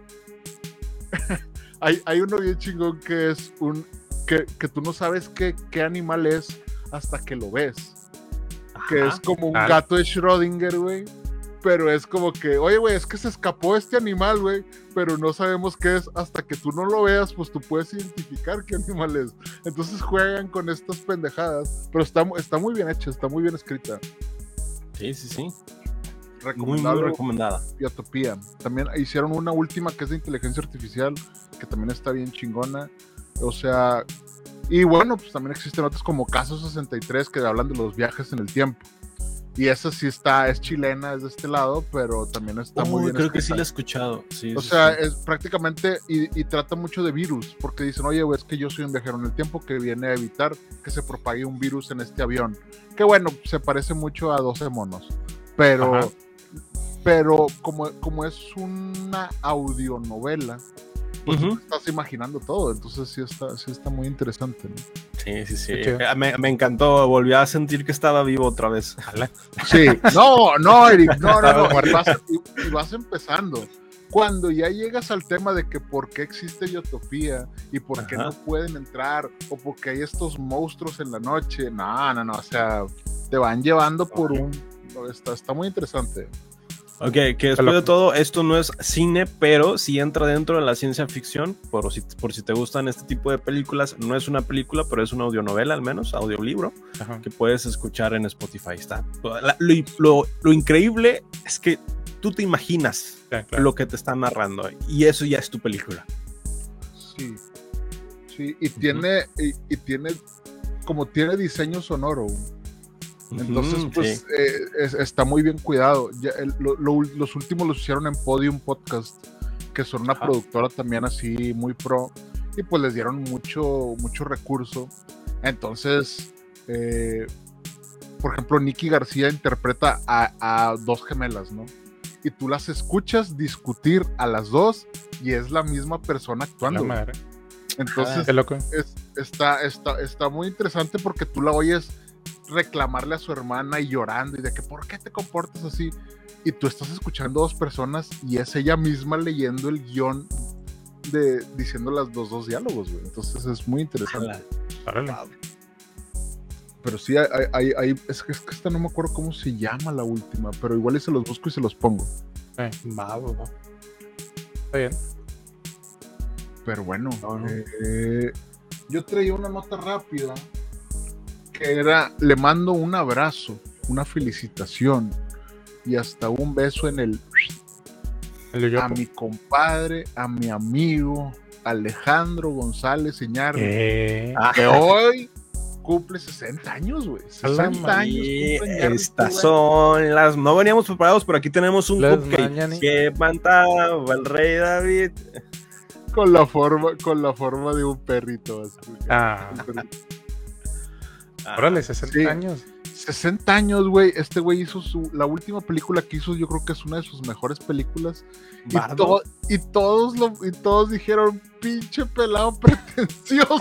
hay, hay uno bien chingón que es un... que, que tú no sabes qué, qué animal es hasta que lo ves. Ajá. Que es como un Ah. gato de Schrödinger, güey. Pero es como que, oye, güey, es que se escapó este animal, güey, pero no sabemos qué es. Hasta que tú no lo veas, pues tú puedes identificar qué animal es. Entonces juegan con estas pendejadas. Pero está, está muy bien hecha, está muy bien escrita. Sí, sí, sí. Muy, muy Recomendable, recomendada. Biotopía. También hicieron una última que es de inteligencia artificial, que también está bien chingona. O sea, y bueno, pues también existen otras como Caso sesenta y tres que hablan de los viajes en el tiempo. Y esa sí está, es chilena, es de este lado, pero también está muy Uy, bien creo escrita. que sí la he escuchado. Sí, O sí, sea, sí. es prácticamente, y, y trata mucho de virus, porque dicen, oye, güey, es que yo soy un viajero en el tiempo que viene a evitar que se propague un virus en este avión. Que bueno, se parece mucho a doce monos, pero, Ajá. pero como, como es una audionovela, pues Ujú. tú te estás imaginando todo, entonces sí está, sí está muy interesante, ¿no? Sí, sí, sí. Qué chido. Eh, Me, me encantó. Volví a sentir que estaba vivo otra vez. Sí, no, no, Eric, no, no, no, Estaba y vas, y, y vas empezando. Cuando ya llegas al tema de que por qué existe Biotopía y por qué Ajá. no pueden entrar o por qué hay estos monstruos en la noche, no, no, no, o sea, te van llevando por Ok. un... Está, está muy interesante. Ok, que después de todo, esto no es cine, pero sí entra dentro de la ciencia ficción. Por si, por si te gustan este tipo de películas, no es una película, pero es una audionovela, al menos, audiolibro, Ajá. que puedes escuchar en Spotify. Está. La- Lo, lo- lo increíble es que tú te imaginas Ya, claro. lo que te están narrando, y eso ya es tu película. Sí, sí, y tiene, y, y tiene, como tiene diseño sonoro, entonces Ujú, pues sí. eh, es- está muy bien cuidado. Ya, el- lo- lo- los últimos los hicieron en Podium Podcast, que son una Ajá. productora también así muy pro, y pues les dieron mucho, mucho recurso. Entonces, eh, por ejemplo, Nikki García interpreta a, a dos gemelas, ¿no? Y tú las escuchas discutir a las dos y es la misma persona actuando. La madre. Entonces, Qué loco. es- está, está, está muy interesante porque tú la oyes reclamarle a su hermana y llorando y de que ¿por qué te comportas así? Y tú estás escuchando dos personas y es ella misma leyendo el guión de diciendo las dos dos diálogos, güey. Entonces es muy interesante. Órale. Pero sí, hay, hay, hay- es, que, es que esta no me acuerdo cómo se llama la última, pero igual y se los busco y se los pongo. Eh, va, va, va. Está bien. Pero bueno, No, no. eh, yo traía una nota rápida que era, le mando un abrazo, una felicitación y hasta un beso en el El yoyopo. a mi compadre, a mi amigo Alejandro González Iñárritu, ¿Qué? Ah, que hoy cumple sesenta años, güey. A la sesenta años y cumple Iñárritu, estas güey. son las. No veníamos preparados, pero aquí tenemos un Las cupcake mañani- que cantaba el rey David. Con la forma, con la forma de un perrito. Así. Ah, Ah, órale, sesenta Sí. años. sesenta años, güey. Este güey hizo su, la última película que hizo, yo creo que es una de sus mejores películas. Y, Bardo. to- y todos lo, y todos dijeron, pinche pelado pretencioso.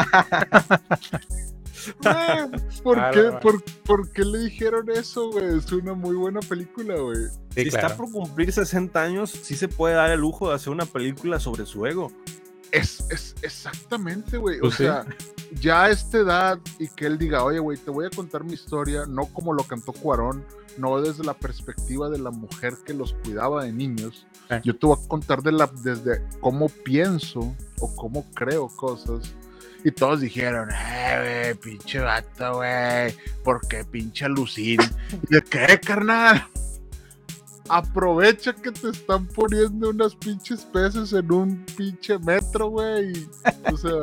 Güey, ¿por, Ah, qué, no, por, por qué le dijeron eso, güey? Es una muy buena película, güey. Sí, Si claro. está por cumplir sesenta años, sí se puede dar el lujo de hacer una película sobre su ego. Es, es exactamente, güey. O Pues sí. sea, ya a esta edad y que él diga, oye, güey, te voy a contar mi historia, no como lo cantó Cuarón, no desde la perspectiva de la mujer que los cuidaba de niños. Sí. Yo te voy a contar de la, desde cómo pienso o cómo creo cosas. Y todos dijeron, eh, güey, pinche vato, güey, ¿por qué pinche alucín? ¿Y de qué, carnal? Aprovecha que te están poniendo unas pinches peces en un pinche metro, güey. O sea.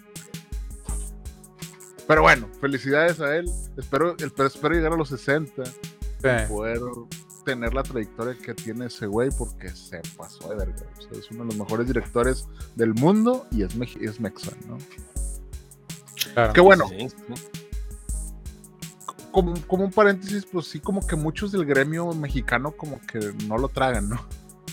Pero bueno, felicidades a él. Espero, espero, espero llegar a los sesenta Sí. y poder tener la trayectoria que tiene ese güey, porque se pasó de verga. O sea, es uno de los mejores directores del mundo y es, mex- es mexa, ¿no? Claro. Qué bueno. Sí, sí. Como, como un paréntesis, pues sí, como que muchos del gremio mexicano como que no lo tragan, ¿no?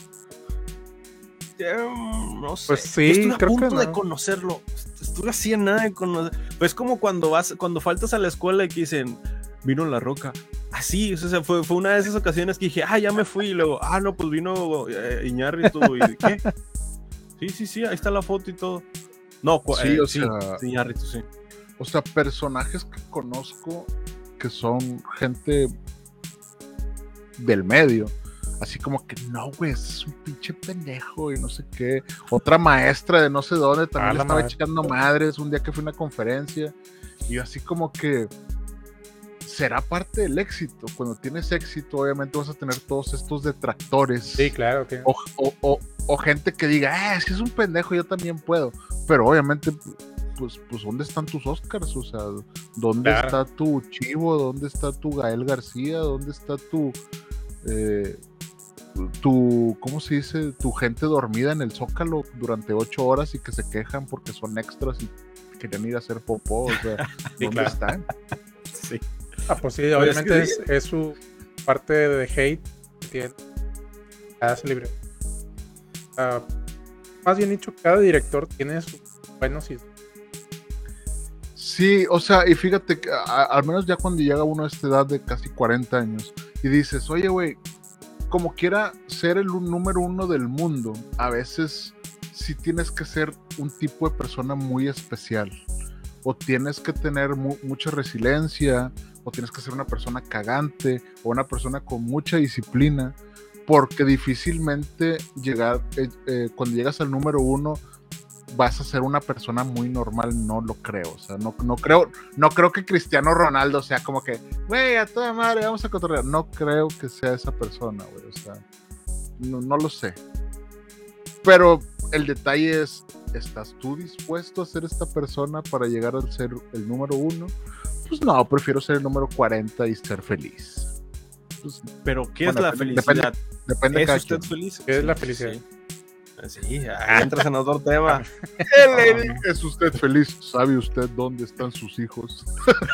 Mm, No sé. Pues sí, Yo estuve a creo que punto de no. conocerlo. Estuve así en nada de conocer. Pues como cuando vas, cuando faltas a la escuela y que dicen, vino La Roca. Así, o sea, fue, fue una de esas ocasiones que dije, ah, ya me fui. Y luego, ah, no, pues vino eh, Iñárritu. ¿Y qué? Sí, sí, sí, ahí está la foto y todo. No, cu- Sí, eh, o sí, sea- sí, Iñárritu, sí. O sea, personajes que conozco que son gente del medio. Así como que no, güey, es un pinche pendejo y no sé qué. Otra maestra de no sé dónde también Ah, le la estaba madre. echando madres un día que fue a una conferencia. Y yo así como que será parte del éxito. Cuando tienes éxito, obviamente vas a tener todos estos detractores. Sí, claro. Que... O, o, o, o gente que diga, eh, si es un pendejo, yo también puedo. Pero obviamente, pues, pues ¿dónde están tus Oscars? O sea, ¿dónde Claro. está tu Chivo? ¿Dónde está tu Gael García? ¿Dónde está tu, eh, tu, ¿cómo se dice? Tu gente dormida en el Zócalo durante ocho horas y que se quejan porque son extras y querían ir a hacer popó. O sea, Sí, ¿dónde claro. están? Sí. Ah, pues sí, Pero obviamente es es, es su parte de hate que tiene cada libre. Ah, más bien dicho, cada director tiene sus buenos y Sí, o sea, y fíjate que a- al menos ya cuando llega uno a esta edad de casi cuarenta años y dices, oye, güey, como quiera ser el un- número uno del mundo, a veces sí tienes que ser un tipo de persona muy especial. O tienes que tener mu- mucha resiliencia, o tienes que ser una persona cagante, o una persona con mucha disciplina, porque difícilmente llegar, eh, eh, cuando llegas al número uno, vas a ser una persona muy normal, no lo creo. O sea, no, no creo, no creo que Cristiano Ronaldo sea como que, güey, a toda madre, vamos a cotorrear. No creo que sea esa persona, güey. O sea, no, no lo sé. Pero el detalle es, ¿estás tú dispuesto a ser esta persona para llegar a ser el número uno? Pues no, prefiero ser el número cuarenta y ser feliz. Pues, Pero, ¿qué Bueno, es la depende- felicidad? depende de ¿Es cada usted quien. feliz? ¿Qué es Sí, la felicidad? Sí, Sí, ahí entras en otro tema. El Eric, ¿es usted feliz? ¿Sabe usted dónde están sus hijos?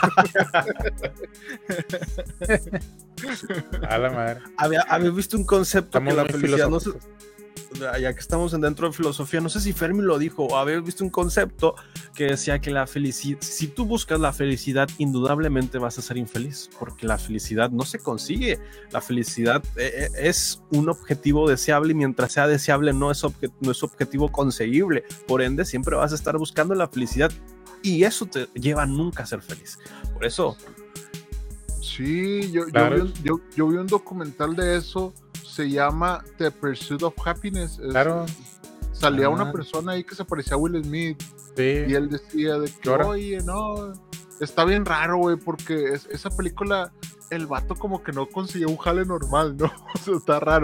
A la madre. Había, había visto un concepto Estamos que la muy felicidad, no sé, filosóficos. ya que estamos en dentro de filosofía, no sé si Fermi lo dijo, o había visto un concepto que decía que la felicidad, si tú buscas la felicidad, indudablemente vas a ser infeliz, porque la felicidad no se consigue. La felicidad eh, eh, es un objetivo deseable y mientras sea deseable no es, obje- no es objetivo conseguible. Por ende, siempre vas a estar buscando la felicidad y eso te lleva nunca a ser feliz. Por eso, Sí, yo, Claro. yo, vi un, yo, yo vi un documental de eso se llama The Pursuit of Happiness. Es, Claro. Salía Ah. una persona ahí que se parecía a Will Smith Sí. y él decía de que, Ahora. oye, no, está bien raro, güey, porque es, esa película, el vato como que no consiguió un jale normal, ¿no? O sea, está raro.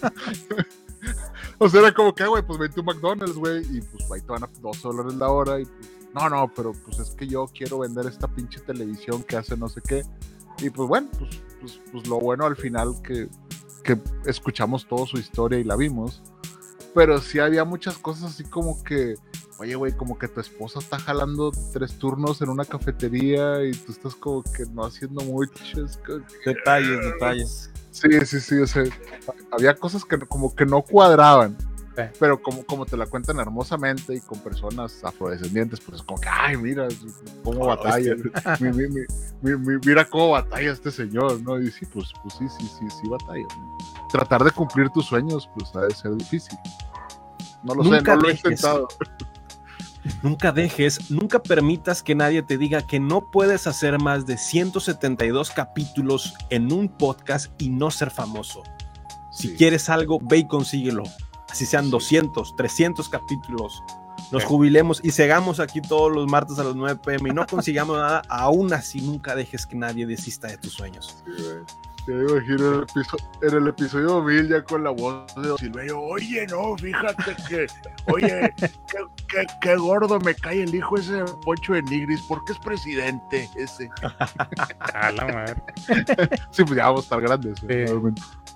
O sea, era como que, güey, pues vente a un McDonald's, güey, y pues ahí te van a doce dólares la hora, y pues, no, no, pero pues es que yo quiero vender esta pinche televisión que hace no sé qué. Y pues bueno, pues, pues, pues lo bueno al final que, que escuchamos toda su historia y la vimos. Pero sí había muchas cosas así como que, oye, güey, como que tu esposa está jalando tres turnos en una cafetería y tú estás como que no haciendo mucho. Es como que- Detalles, detalles. Sí, sí, sí, o sea, había cosas que como que no cuadraban, Sí. pero como, como te la cuentan hermosamente y con personas afrodescendientes, pues es como que, ay, mira, cómo batalla, mi- mi- mi- mi- mi- mira cómo batalla este señor, ¿no? Y sí, pues, pues sí, sí, sí, sí batalla, ¿no? Tratar de cumplir tus sueños, pues ha de ser difícil. No lo Nunca sé, no lo he dejes. intentado. Nunca dejes, nunca permitas que nadie te diga que no puedes hacer más de ciento setenta y dos capítulos en un podcast y no ser famoso. Si Sí. quieres algo, ve y consíguelo. Así sean doscientos, trescientos capítulos. Nos Sí. jubilemos y sigamos aquí todos los martes a las nueve pe eme y no consigamos nada. Aún así, nunca dejes que nadie desista de tus sueños. Sí, güey. Te imagino en el, episodio, en el episodio mil ya con la voz de Don Silverio. Oye, no, fíjate que, oye, qué, qué, qué gordo me cae el hijo ese de Poncho de Nigris, porque es presidente ese. A la madre. Sí, pues ya vamos a estar grandes. Sí. Realmente.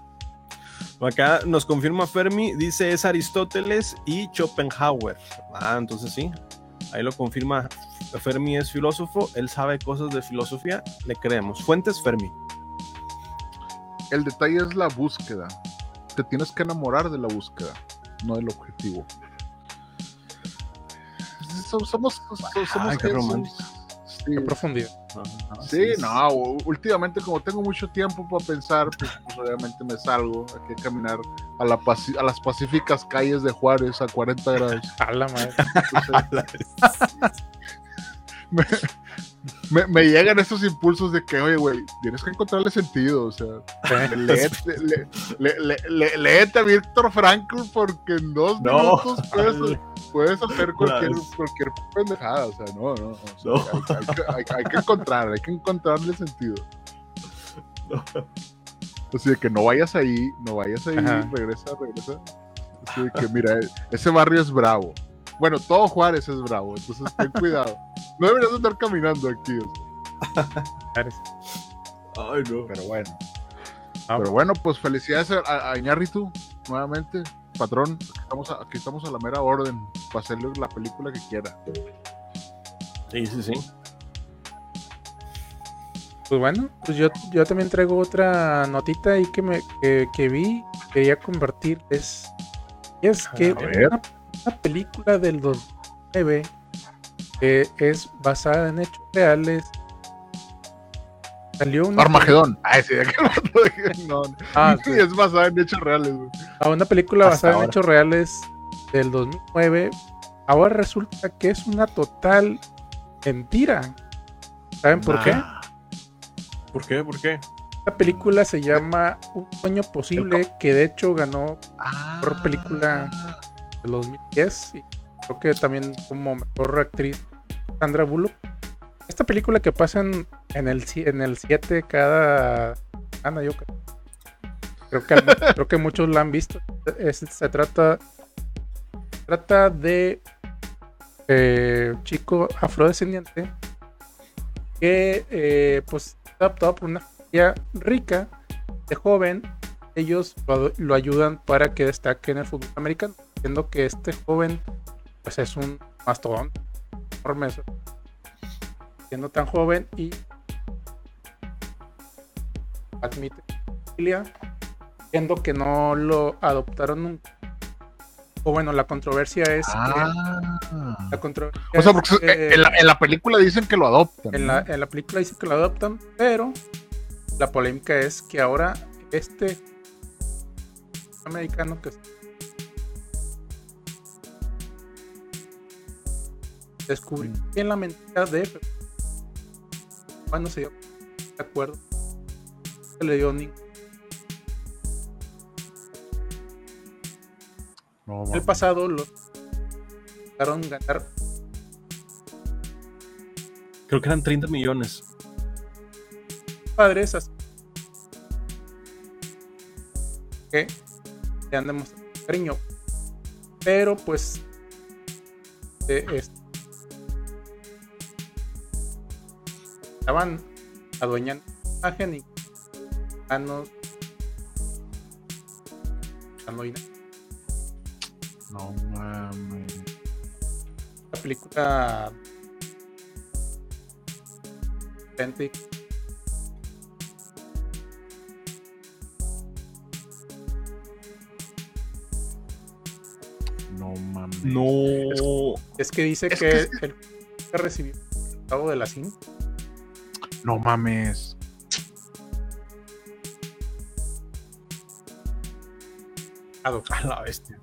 Acá nos confirma Fermi, dice es Aristóteles y Schopenhauer. Ah, entonces sí, ahí lo confirma. Fermi es filósofo, él sabe cosas de filosofía, le creemos. Fuentes, Fermi. El detalle es la búsqueda. Te tienes que enamorar de la búsqueda, no del objetivo. Somos, somos, somos, somos Ay, qué romántico. Sí. Qué profundidad. Sí, no, últimamente como tengo mucho tiempo para pensar, pues, pues, obviamente me salgo aquí a caminar a, la paci- a las pacíficas calles de Juárez a cuarenta grados. A la madre. Entonces, me, me, me llegan estos impulsos de que, oye, güey, tienes que encontrarle sentido, o sea, Sí. léete, le, le, le, le- léete a Víctor Frankl porque en dos No. minutos puedes, puedes hacer cualquier, Claro. cualquier pendejada, o sea, no, no, o sea, No. Hay, hay que, hay, hay que encontrar, hay que encontrarle sentido. Así de que no vayas ahí, no vayas ahí, Ajá. regresa, regresa. Así de que, mira, ese barrio es bravo. Bueno, todo Juárez es bravo, entonces ten cuidado. No deberías andar caminando aquí, o sea, Ay, no. pero bueno. Ah, Pero bueno, pues felicidades a, a, a Iñárritu, nuevamente, patrón. Aquí estamos, a, aquí estamos a la mera orden para hacerle la película que quiera. Sí, sí, sí. Pues bueno, pues yo, yo también traigo otra notita ahí que me que, que vi, quería convertir. Es, y es que A ver. una, una película del dos mil nueve que es basada en hechos reales. Salió una, Armagedón. Ay, sí, de que no, no, ah, sí, sí. es basada en hechos reales, güey. a una película Hasta basada ahora. en hechos reales del dos mil nueve. Ahora resulta que es una total mentira. ¿Saben por qué? ¿Por qué? ¿Por qué? La película se llama Un sueño posible, que de hecho ganó Ah, Mejor película del dos mil diez y creo que también como mejor actriz Sandra Bullock. Esta película que pasa en, en el si- en el siete cada semana, yo creo. Creo que, al- creo que muchos la han visto. Es- se trata trata de eh, chico afrodescendiente que eh, pues está adoptado por una familia rica de joven. Ellos lo, lo ayudan para que destaque en el fútbol americano, siendo que este joven pues es un mastodonte enorme, siendo tan joven y admite familia, siendo que no lo adoptaron nunca. O bueno, la controversia es Ah. que, la controversia O sea, es porque que en, la, en la película dicen que lo adoptan. en ¿no? la, en la película dice que lo adoptan, pero la polémica es que ahora este americano que descubrió en la mentira de cuando se dio de acuerdo se le dio ningún No, En el mames. pasado los lograron ganar Creo que eran treinta millones. padres así que te han demostrado cariño, pero pues eh, es- estaban adueñando la imagen y manos dando dinero. No mames. La película gente No mames. No. es que dice Es que, que el que recibió el pago de la cinta No mames. A la bestia.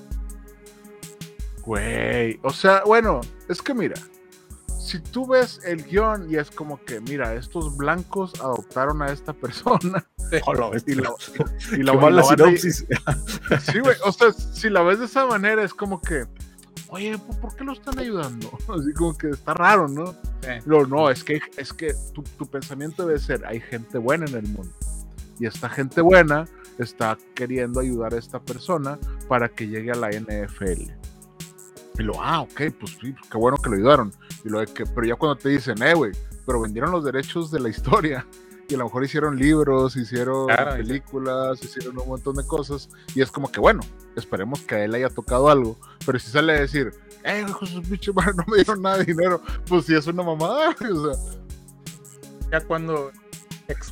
Güey. O sea, bueno, es que mira. Si tú ves el guión y es como que, mira, estos blancos adoptaron a esta persona A la bestia. y la, y Qué la, y mala la van a- sinopsis. Sí, güey. O sea, si la ves de esa manera, es como que, oye, ¿por qué lo están ayudando? Así como que está raro, ¿no? eh, No, no, es que, es que tu, tu pensamiento debe ser, hay gente buena en el mundo. Y esta gente buena está queriendo ayudar a esta persona para que llegue a la N F L. Y lo, ah, ok, pues sí, qué bueno que lo ayudaron. Y lo de que, pero ya cuando te dicen, eh, güey, pero vendieron los derechos de la historia. Y a lo mejor hicieron libros, hicieron Claro, películas, hicieron un montón de cosas. Y es como que, bueno, esperemos que a él haya tocado algo. Pero si sale a decir, eh, hijo de su pinche madre, no me dieron nada de dinero, pues sí es una mamada. O sea, ya cuando ex-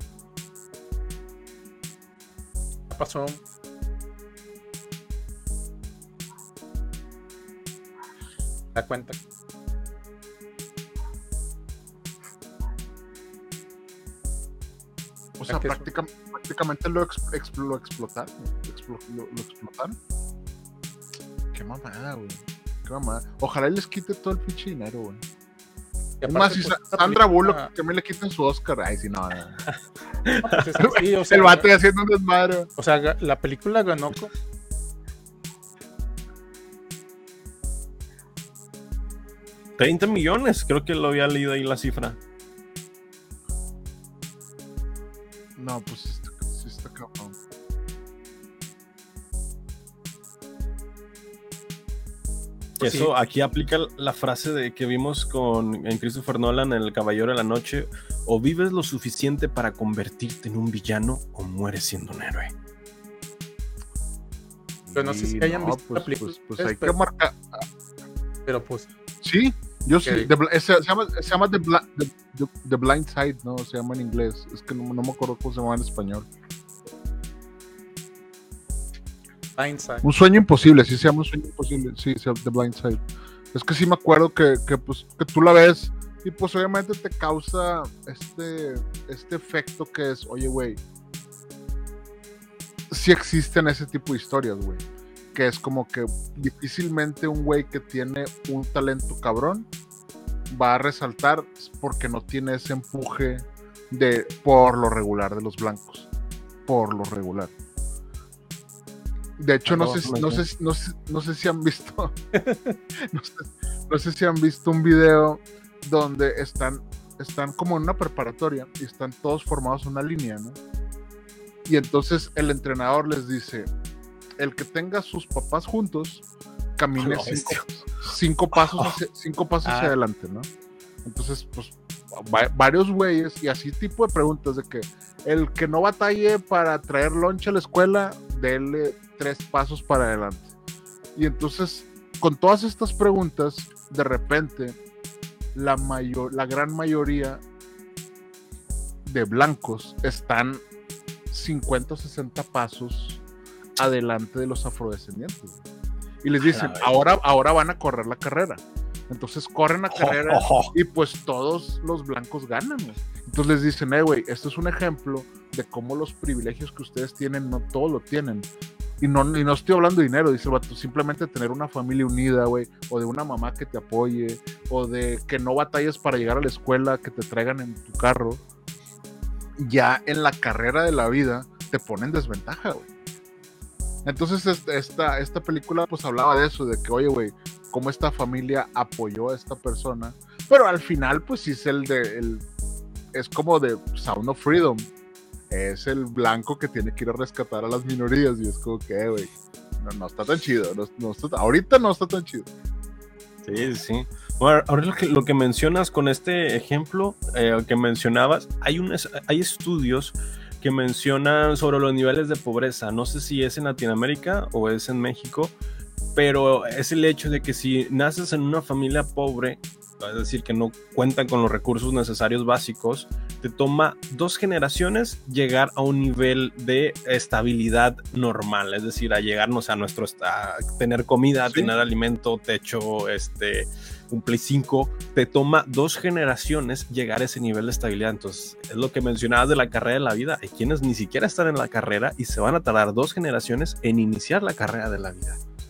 pasó da cuenta o sea, que práctica- prácticamente lo, ex- ex- lo explotaron. explo- lo, lo explotaron. Qué mamada, güey. Qué mamada. Ojalá les quite todo el pinche dinero, güey. y Es más, aparte, si pues, Sa- esta Sandra película- Bullock, que me le quiten su Oscar. Ay, sí, no, no. no, pues, es que sí, o sea, El vato ya haciendo un desmadre. o sea, ga- la película ganó con treinta millones. Creo que lo había leído ahí la cifra. No, pues sí está, sí está cabrón. Pues Eso sí. aquí aplica la frase de que vimos con en Christopher Nolan en El Caballero de la Noche: o vives lo suficiente para convertirte en un villano o mueres siendo un héroe. Pero no sé si Y hayan no, visto pues, la película, Pues, pues hay pero- que marcar. pero pues Sí, yo sí. Ok. The Bl- ese- se, llama, se llama The, Bla- The- The- The Blind Side, ¿no? Se llama en inglés. Es que no, no me acuerdo cómo se llama en español. Blindside. Un sueño imposible, sí se llama un sueño imposible. Sí, se llama The Blind Side. Es que sí me acuerdo que, que, pues, que tú la ves y pues obviamente te causa este, este efecto que es, oye, güey, sí existen ese tipo de historias, güey. Que es como que difícilmente un güey que tiene un talento cabrón va a resaltar porque no tiene ese empuje de por lo regular de los blancos. Por lo regular. De hecho, no sé, si- no, sé, si- no, sé, no sé si han visto. no, sé, no sé si han visto un video donde están, están como en una preparatoria y están todos formados en una línea, ¿no? Y entonces el entrenador les dice: el que tenga sus papás juntos, camine No, cinco, bestia. cinco pasos, hacia, cinco pasos hacia Ah. adelante, ¿no? Entonces, pues, va- varios güeyes y así tipo de preguntas de que el que no batalle para traer lunch a la escuela, dele tres pasos para adelante. Y entonces, con todas estas preguntas, de repente, la mayor, la gran mayoría de blancos están cincuenta o sesenta pasos adelante de los afrodescendientes. Y les dicen, Ay. ahora, ahora van a correr la carrera. Entonces corren la carrera Oh, y pues todos los blancos ganan, güey. Entonces les dicen, eh, güey, esto es un ejemplo de cómo los privilegios que ustedes tienen, no todos lo tienen. Y no, y no estoy hablando de dinero, dice el vato, simplemente tener una familia unida, güey, o de una mamá que te apoye, o de que no batalles para llegar a la escuela, que te traigan en tu carro. Ya en la carrera de la vida te ponen desventaja, güey. Entonces esta, esta película pues hablaba de eso, de que oye güey, cómo esta familia apoyó a esta persona, pero al final pues sí es el de, el, es como de Sound of Freedom, es el blanco que tiene que ir a rescatar a las minorías y es como que güey, no, no está tan chido, no, no está, ahorita no está tan chido. Sí, sí. Bueno, ahora lo que, lo que mencionas con este ejemplo eh, que mencionabas, hay, un, hay estudios que mencionan sobre los niveles de pobreza. No sé si es en Latinoamérica o es en México, pero es el hecho de que si naces en una familia pobre, es decir, que no cuentan con los recursos necesarios básicos, te toma dos generaciones llegar a un nivel de estabilidad normal, es decir, a llegarnos a nuestro, a tener comida, ¿sí? Tener alimento, techo, este, un Play cinco, te toma dos generaciones llegar a ese nivel de estabilidad. Entonces, es lo que mencionabas de la carrera de la vida. Hay quienes ni siquiera están en la carrera y se van a tardar dos generaciones en iniciar la carrera de la vida. Sí.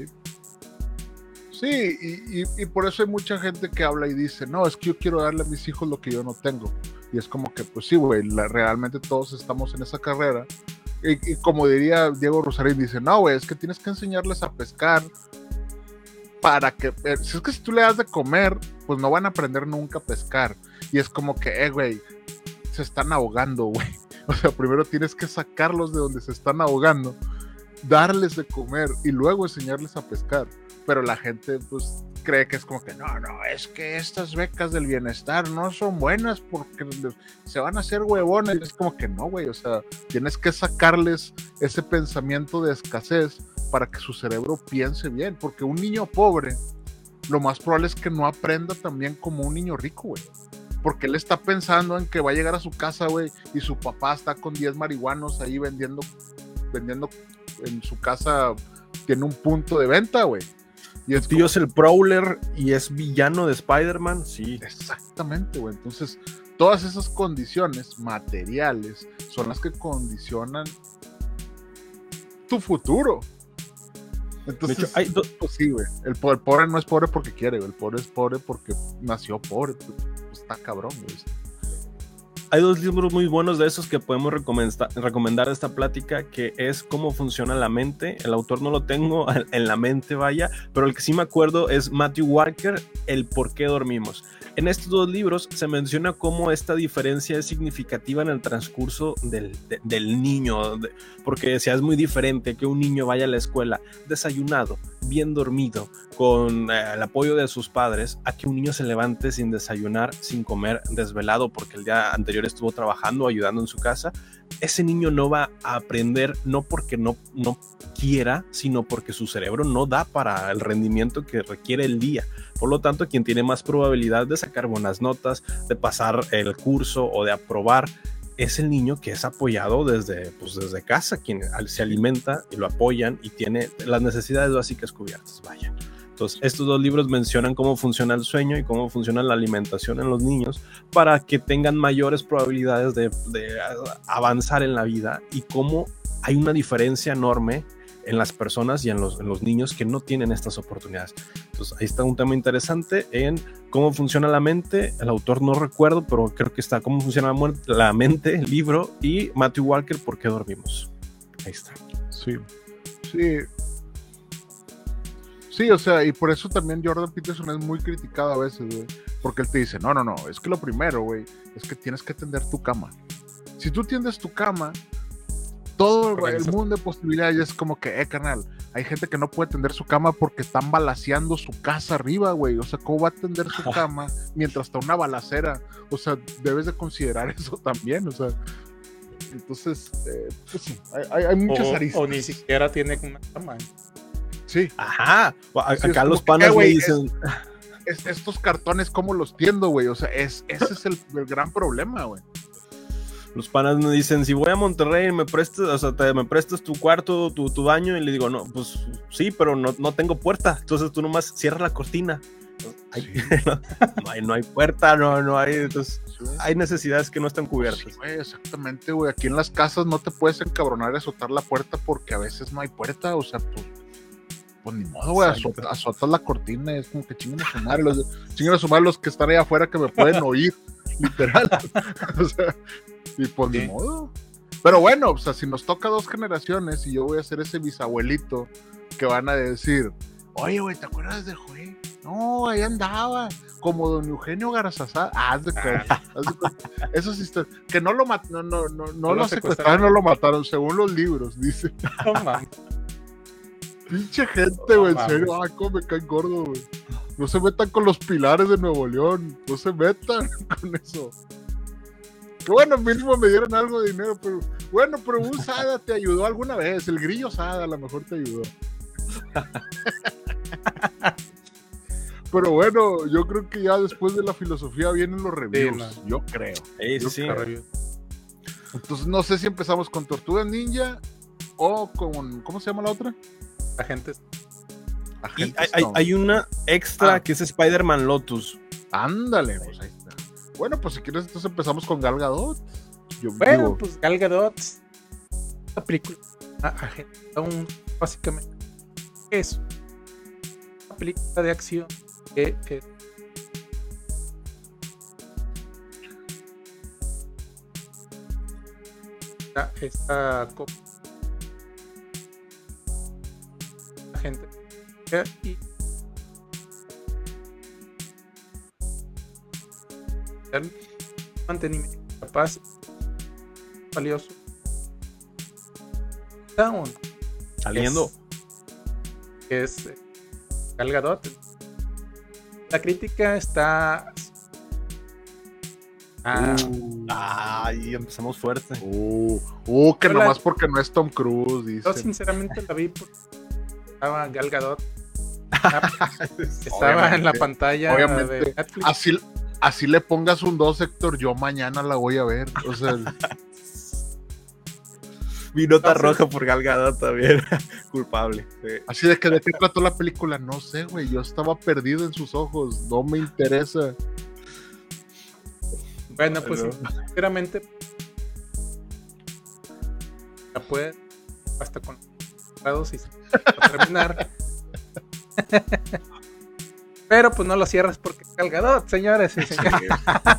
Sí, y, y, y por eso hay mucha gente que habla y dice, no, es que yo quiero darle a mis hijos lo que yo no tengo. Y es como que, pues sí, güey, realmente todos estamos en esa carrera. Y, y como diría Diego Rosarín, dice, no, güey, es que tienes que enseñarles a pescar para que, eh, si es que si tú le das de comer, pues no van a aprender nunca a pescar. Y es como que, eh, güey, se están ahogando, güey. O sea, primero tienes que sacarlos de donde se están ahogando, darles de comer y luego enseñarles a pescar. Pero la gente pues cree que es como que no, no, es que estas becas del bienestar no son buenas porque se van a hacer huevones. Es como que no, güey, o sea, tienes que sacarles ese pensamiento de escasez para que su cerebro piense bien, porque un niño pobre, lo más probable es que no aprenda también como un niño rico, güey, porque él está pensando en que va a llegar a su casa, güey, y su papá está con diez marihuanos ahí vendiendo, vendiendo en su casa, tiene un punto de venta, güey. Y el tío como... es el Prowler y es villano de Spider-Man, sí. Exactamente, güey. Entonces, todas esas condiciones materiales son las que condicionan tu futuro. Entonces, de hecho, hay do... pues sí, güey. El, el pobre no es pobre porque quiere, güey. El pobre es pobre porque nació pobre. Pues, está cabrón, güey. Hay dos libros muy buenos de esos que podemos recomendar, recomendar esta plática, que es Cómo funciona la mente. El autor no lo tengo en la mente, vaya, pero el que sí me acuerdo es Matthew Walker, El por qué dormimos. En estos dos libros se menciona cómo esta diferencia es significativa en el transcurso del, de, del niño, de, porque decía, es muy diferente que un niño vaya a la escuela desayunado, bien dormido, con eh, el apoyo de sus padres, a que un niño se levante sin desayunar, sin comer, desvelado porque el día anterior estuvo trabajando, ayudando en su casa. Ese niño no va a aprender no porque no, no quiera, sino porque su cerebro no da para el rendimiento que requiere el día. Por lo tanto, quien tiene más probabilidad de sacar buenas notas, de pasar el curso o de aprobar, es el niño que es apoyado desde, pues, desde casa, quien se alimenta y lo apoyan y tiene las necesidades básicas cubiertas, vaya. Entonces, estos dos libros mencionan cómo funciona el sueño y cómo funciona la alimentación en los niños para que tengan mayores probabilidades de, de avanzar en la vida, y cómo hay una diferencia enorme en las personas y en los, en los niños que no tienen estas oportunidades. Entonces, ahí está un tema interesante en cómo funciona la mente. El autor no recuerdo, pero creo que está Cómo funciona la, la mente, el libro, y Matthew Walker, ¿Por qué dormimos? Ahí está. Sí, sí. Sí, o sea, y por eso también Jordan Peterson es muy criticado a veces, güey, porque él te dice, no, no, no, es que lo primero, güey, es que tienes que tender tu cama. Si tú tiendes tu cama, todo el mundo de posibilidades es como que, eh, carnal, hay gente que no puede tender su cama porque están balaceando su casa arriba, güey. O sea, ¿cómo va a tender su cama mientras está una balacera? O sea, debes de considerar eso también, o sea. Entonces, eh, pues sí, hay, hay muchas o, aristas. O ni siquiera tiene una cama. Sí. Ajá. Sí, acá los panas me dicen... Es, es, estos cartones, ¿cómo los tiendo, güey? O sea, es, ese es el, el gran problema, güey. Los panas me dicen, si voy a Monterrey, me prestas, o sea, te, me prestas tu cuarto, tu, tu baño, y le digo, no, pues sí, pero no, no tengo puerta, entonces tú nomás cierra la cortina. Ay, sí. no, no, hay, no hay puerta, no, no hay, entonces sí. Hay necesidades que no están cubiertas. Sí, güey, exactamente, güey, aquí en las casas no te puedes encabronar y azotar la puerta porque a veces no hay puerta, o sea, pues, pues ni modo, güey, azota, azotas la cortina y es como que chinguen a sumar los, chinguen a sumar los que están ahí afuera que me pueden oír, literal, o sea. Y por sí. Ni modo. Pero bueno, o sea, si nos toca dos generaciones y yo voy a ser ese bisabuelito que van a decir, oye, güey, ¿te acuerdas de Joey? No, ahí andaba, como don Eugenio Garzazada. Ah, haz de cuenta, haz de cuenta. Eso sí está, que no lo mataron, no, no, no, no, no lo secuestraron, no lo mataron, según los libros, dice. No mames. Pinche gente, güey, No, en serio, ah, cómo me caen gordo, güey. No se metan con los pilares de Nuevo León, no se metan con eso. Que bueno, mínimo me dieron algo de dinero, pero bueno, pero un Sada te ayudó alguna vez, el grillo Sada a lo mejor te ayudó. Pero bueno, yo creo que ya después de la filosofía vienen los reviews, sí, no. yo creo. Sí, yo sí, creo. Entonces no sé si empezamos con Tortugas Ninja o con, ¿cómo se llama la otra? Agentes. Y hay, hay, hay una extra ah. que es Spider-Man Lotus. Ándale, pues ahí está. Bueno, pues si quieres entonces empezamos con Gal Gadot. Yo bueno, digo, pues Gal Gadot, la película, agente, un, básicamente es una película de acción que, que esta, esta agente y el mantenimiento capaz valioso down saliendo que es, es Gal Gadot. La crítica está ah, uh, ay, empezamos fuerte uh, uh que nomás la... porque no es Tom Cruise, dice. Yo sinceramente la vi porque estaba Gal Gadot estaba obviamente, en la pantalla obviamente. De Netflix. Así, así le pongas un dos, Héctor, yo mañana la voy a ver. O sea, mi nota no, roja sí. por Gal Gadot también. Culpable. Sí. Así de que de qué trató la película, no sé, güey. Yo estaba perdido en sus ojos, no me interesa. Bueno, pues Pero... sinceramente la puede hasta con lados y terminar. Pero pues no lo cierras porque es Gal Gadot, señores y señores.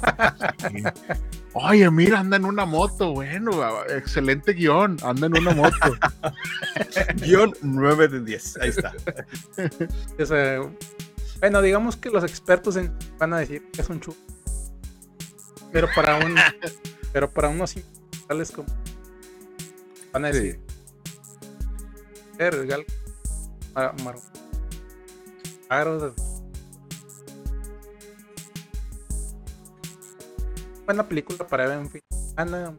Oye, mira, anda en una moto, bueno, excelente guión, anda en una moto. Guión nueve de diez, ahí está. O sea, bueno, digamos que los expertos en, van a decir que es un chulo. Pero para un pero para unos tales como van a decir sí. Gal Mar, Mar, Mar, buena película para ver en fin. Ana.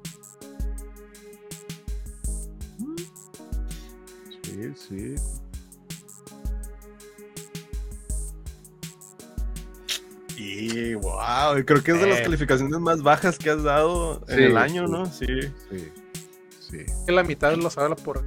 Sí, sí. Y wow, creo que es de las eh. calificaciones más bajas que has dado sí, en el año, sí, ¿no? Sí. Sí. Sí. Que la mitad los habla por.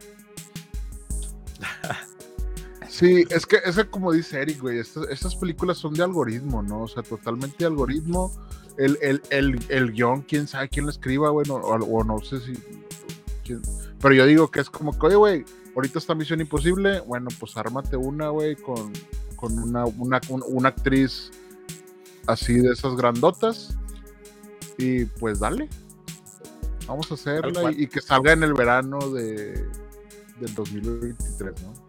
Sí, es que, es que como dice Eric, güey, estas, estas películas son de algoritmo, ¿no? O sea, totalmente de algoritmo. El, el, el, el guión, quién sabe quién lo escriba, güey, no, o, o no sé si... Quién, pero yo digo que es como que, oye, güey, ahorita está Misión Imposible, bueno, pues ármate una, güey, con, con una, una, una actriz así de esas grandotas y pues dale. Vamos a hacerla y, y que salga en el verano de, del dos mil veintitrés, ¿no?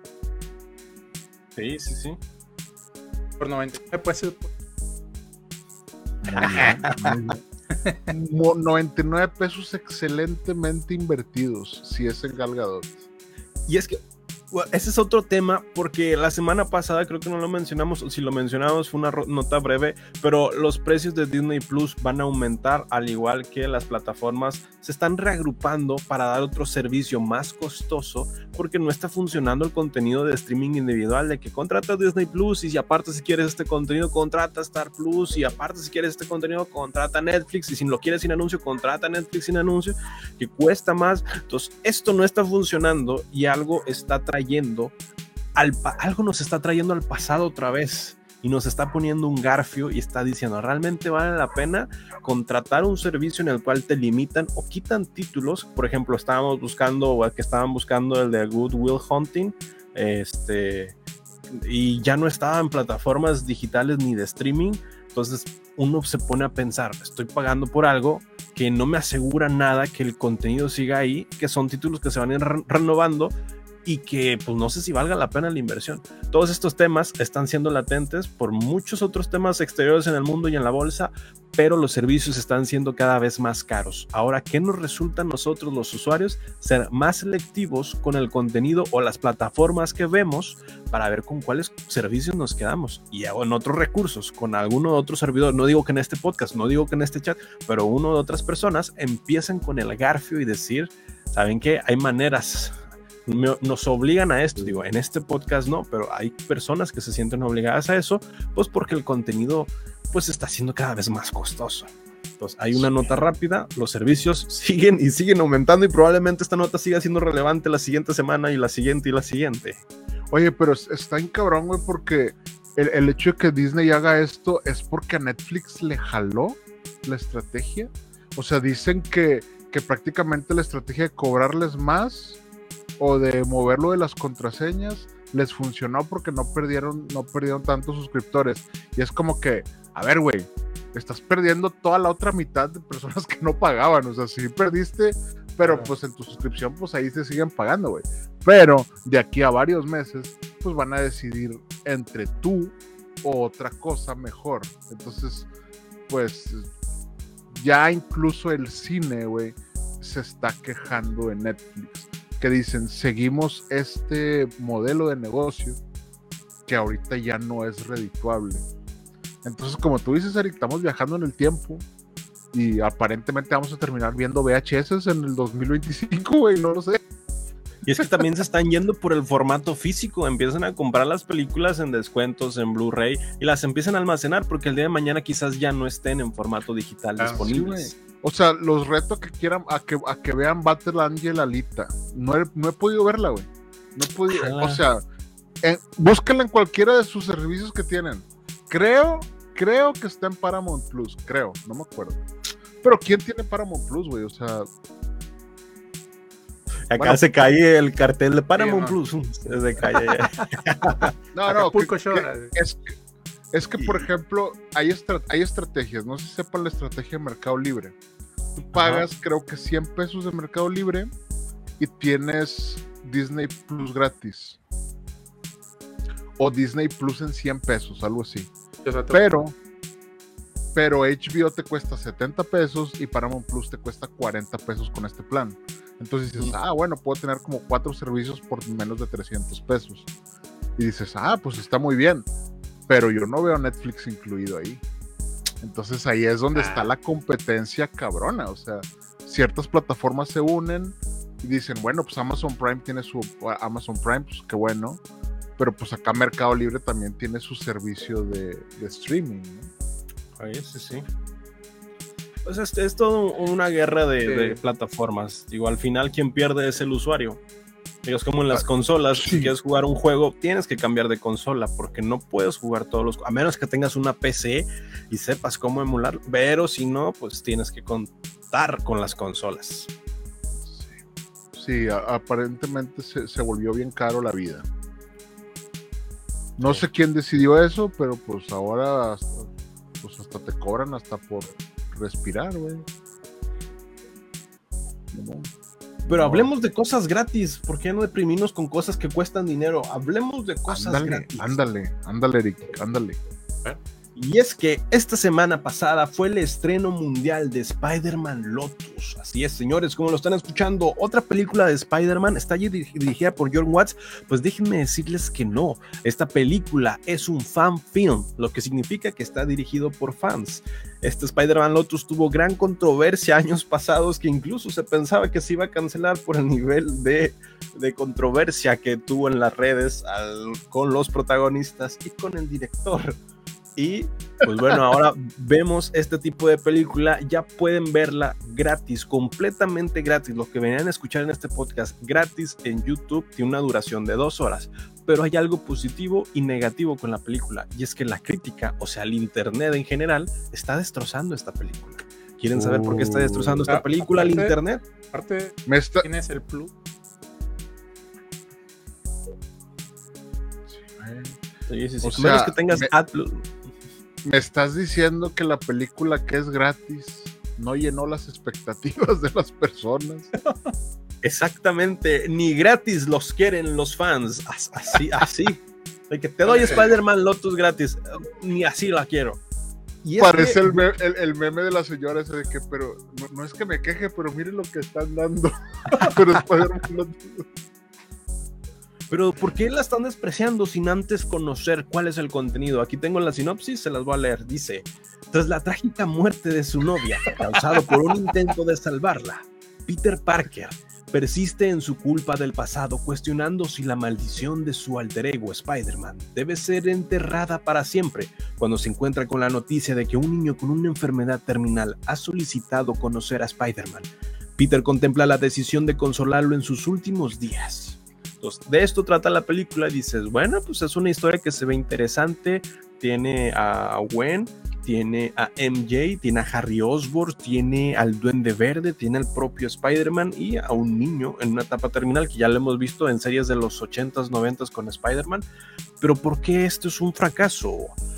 Sí, sí, sí. Por noventa puede ser... noventa y nueve pesos excelentemente invertidos si es en Gal Gadot. Y es que well, ese es otro tema porque la semana pasada creo que no lo mencionamos, o si lo mencionamos fue una nota breve, pero los precios de Disney Plus van a aumentar, al igual que las plataformas se están reagrupando para dar otro servicio más costoso porque no está funcionando el contenido de streaming individual de que contrata Disney Plus y si aparte si quieres este contenido contrata Star Plus y aparte si quieres este contenido contrata Netflix y si lo quieres sin anuncio contrata Netflix sin anuncio que cuesta más. Entonces esto no está funcionando y algo está trayendo al pa- algo nos está trayendo al pasado otra vez y nos está poniendo un garfio y está diciendo ¿realmente vale la pena contratar un servicio en el cual te limitan o quitan títulos? Por ejemplo, estábamos buscando o que estaban buscando el de Good Will Hunting este, y ya no estaba en plataformas digitales ni de streaming. Entonces uno se pone a pensar, estoy pagando por algo que no me asegura nada que el contenido siga ahí, que son títulos que se van a ir re- renovando y que pues no sé si valga la pena la inversión. Todos estos temas están siendo latentes por muchos otros temas exteriores en el mundo y en la bolsa, pero los servicios están siendo cada vez más caros. Ahora, ¿qué nos resulta a nosotros los usuarios? Ser más selectivos con el contenido o las plataformas que vemos para ver con cuáles servicios nos quedamos. Y en otros recursos, con alguno de otro servidor, no digo que en este podcast, no digo que en este chat, pero uno de otras personas empiezan con el garfio y decir, ¿saben qué? Hay maneras, nos obligan a esto. Digo, en este podcast no, pero hay personas que se sienten obligadas a eso, pues porque el contenido pues está siendo cada vez más costoso. Entonces hay una nota rápida, los servicios siguen y siguen aumentando y probablemente esta nota siga siendo relevante la siguiente semana y la siguiente y la siguiente. Oye, pero está en cabrón, güey, porque el, el hecho de que Disney haga esto es porque a Netflix le jaló la estrategia. O sea, dicen que, que prácticamente la estrategia de cobrarles más o de moverlo de las contraseñas les funcionó porque no perdieron, no perdieron tantos suscriptores. Y es como que, a ver, güey, estás perdiendo toda la otra mitad de personas que no pagaban. O sea, sí perdiste, pero pues en tu suscripción, pues ahí se siguen pagando, güey. Pero de aquí a varios meses, pues van a decidir entre tú o otra cosa mejor. Entonces, pues ya incluso el cine, güey, se está quejando de Netflix. Que dicen, seguimos este modelo de negocio que ahorita ya no es redituable. Entonces, como tú dices, Eric, estamos viajando en el tiempo y aparentemente vamos a terminar viendo V H S en el dos mil veinticinco, güey, no lo sé. Y es que también se están yendo por el formato físico, empiezan a comprar las películas en descuentos, en Blu-ray, y las empiezan a almacenar porque el día de mañana quizás ya no estén en formato digital ah, disponibles. Sí, o sea, los reto a que quieran, a que, a que vean Battle Angel Alita. No he, no he podido verla, güey. No he podido, ah. o sea, eh, búsquenla en cualquiera de sus servicios que tienen. Creo, creo que está en Paramount Plus, creo, no me acuerdo. Pero ¿quién tiene Paramount Plus, güey? O sea... Acá bueno, se cae el cartel de Paramount sí, no. Plus. Se cae. no, no, que, que, es, es que, por ejemplo, hay, estra hay estrategias. No sé si sepan la estrategia de Mercado Libre. Tú pagas, Ajá. creo que cien pesos de Mercado Libre y tienes Disney Plus gratis. O Disney Plus en cien pesos, algo así. Pero, pero H B O te cuesta setenta pesos y Paramount Plus te cuesta cuarenta pesos con este plan. Entonces dices, ah, bueno, puedo tener como cuatro servicios por menos de trescientos pesos. Y dices, ah, pues está muy bien. Pero yo no veo Netflix incluido ahí. Entonces ahí es donde ah. está la competencia cabrona. O sea, ciertas plataformas se unen y dicen, bueno, pues Amazon Prime tiene su Amazon Prime, pues qué bueno. Pero pues acá Mercado Libre también tiene su servicio de, de streaming, ¿no? Ahí sí, sí. Pues es, es todo una guerra de, sí. de plataformas. Digo, al final quien pierde es el usuario. Digo, es como en las consolas, sí. si quieres jugar un juego, tienes que cambiar de consola, porque no puedes jugar todos los... A menos que tengas una P C y sepas cómo emular, pero si no, pues tienes que contar con las consolas. Sí, sí a, aparentemente se, se volvió bien caro la vida. No sí. sé quién decidió eso, pero pues ahora hasta, pues hasta te cobran hasta por... respirar, güey. No, Pero no. hablemos de cosas gratis. ¿Por qué no deprimirnos con cosas que cuestan dinero? Hablemos de cosas ándale, gratis. Ándale, ándale, Eric, ándale. ¿Eh? Y es que esta semana pasada fue el estreno mundial de Spider-Man Lotus. Así es, señores, como lo están escuchando, otra película de Spider-Man está dirigida por Jon Watts. Pues déjenme decirles que no, esta película es un fan film, lo que significa que está dirigido por fans. Este Spider-Man Lotus tuvo gran controversia años pasados, que incluso se pensaba que se iba a cancelar por el nivel de, de controversia que tuvo en las redes al, con los protagonistas y con el director. Y pues bueno, ahora vemos este tipo de película, ya pueden verla gratis, completamente gratis. Lo que venían a escuchar en este podcast gratis en YouTube tiene una duración de dos horas. Pero hay algo positivo y negativo con la película, y es que la crítica, o sea, el internet en general, está destrozando esta película. ¿Quieren saber por qué está destrozando esta película el internet? Aparte, Me está... ¿tienes el plus? Sí, sí, sí. O sea, menos que tengas me... AdBlue. ¿Me estás diciendo que la película que es gratis no llenó las expectativas de las personas. Exactamente, ni gratis los quieren los fans, así, así. De que te doy Spider-Man Lotus gratis, ni así la quiero. Y Parece que... el, me el, el meme de la señora ese de que, pero no, no es que me queje, pero miren lo que están dando. Pero Spider-Man Lotus. Pero ¿por qué la están despreciando sin antes conocer cuál es el contenido? Aquí tengo la sinopsis, se las voy a leer. Dice, tras la trágica muerte de su novia, causado por un intento de salvarla, Peter Parker persiste en su culpa del pasado, cuestionando si la maldición de su alter ego Spider-Man debe ser enterrada para siempre, cuando se encuentra con la noticia de que un niño con una enfermedad terminal ha solicitado conocer a Spider-Man. Peter contempla la decisión de consolarlo en sus últimos días. Entonces, de esto trata la película y dices, bueno, pues es una historia que se ve interesante, tiene a Gwen, tiene a M J, tiene a Harry Osborn, tiene al Duende Verde, tiene al propio Spider-Man y a un niño en una etapa terminal que ya lo hemos visto en series de los ochentas, noventas con Spider-Man. Pero ¿por qué esto es un fracaso?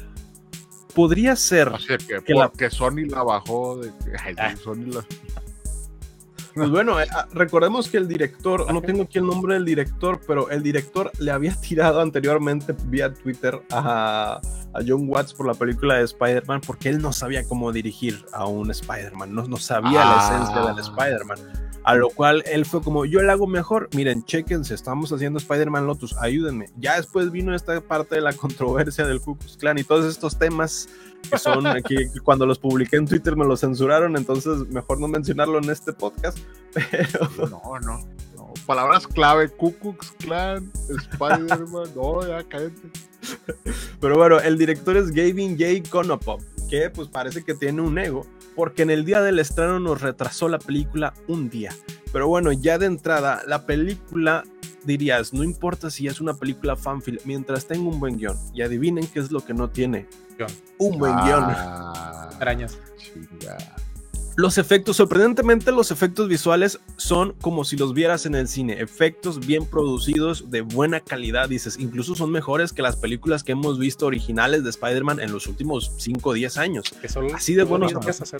Podría ser o sea, que, que porque la... Sony la bajó de que, ay, ah. Sony la... Pues bueno, eh, recordemos que el director, no tengo aquí el nombre del director, pero el director le había tirado anteriormente vía Twitter a, a John Watts por la película de Spider-Man porque él no sabía cómo dirigir a un Spider-Man, no, no sabía ah. la esencia del Spider-Man. A lo cual él fue como, yo lo hago mejor, miren, chéquense, estamos haciendo Spider-Man Lotus, ayúdenme. Ya después vino esta parte de la controversia del Ku Klux Klan y todos estos temas que son, que, que cuando los publiqué en Twitter me los censuraron, entonces mejor no mencionarlo en este podcast. Pero... No, no, no. Palabras clave, Ku Klux Klan, Spider-Man, no, ya cállate. Pero bueno, el director es Gavin J. Konopop, que pues parece que tiene un ego, porque en el día del estreno nos retrasó la película un día. Pero bueno, ya de entrada, la película, dirías, no importa si es una película fanfilm, mientras tenga un buen guión. Y adivinen qué es lo que no tiene. Guión. Un buen ah, guión. Arañas. Chinga. Los efectos, sorprendentemente los efectos visuales son como si los vieras en el cine, efectos bien producidos, de buena calidad, dices, incluso son mejores que las películas que hemos visto originales de Spider-Man en los últimos cinco o diez años. Que solo así de buenos son. Hacer.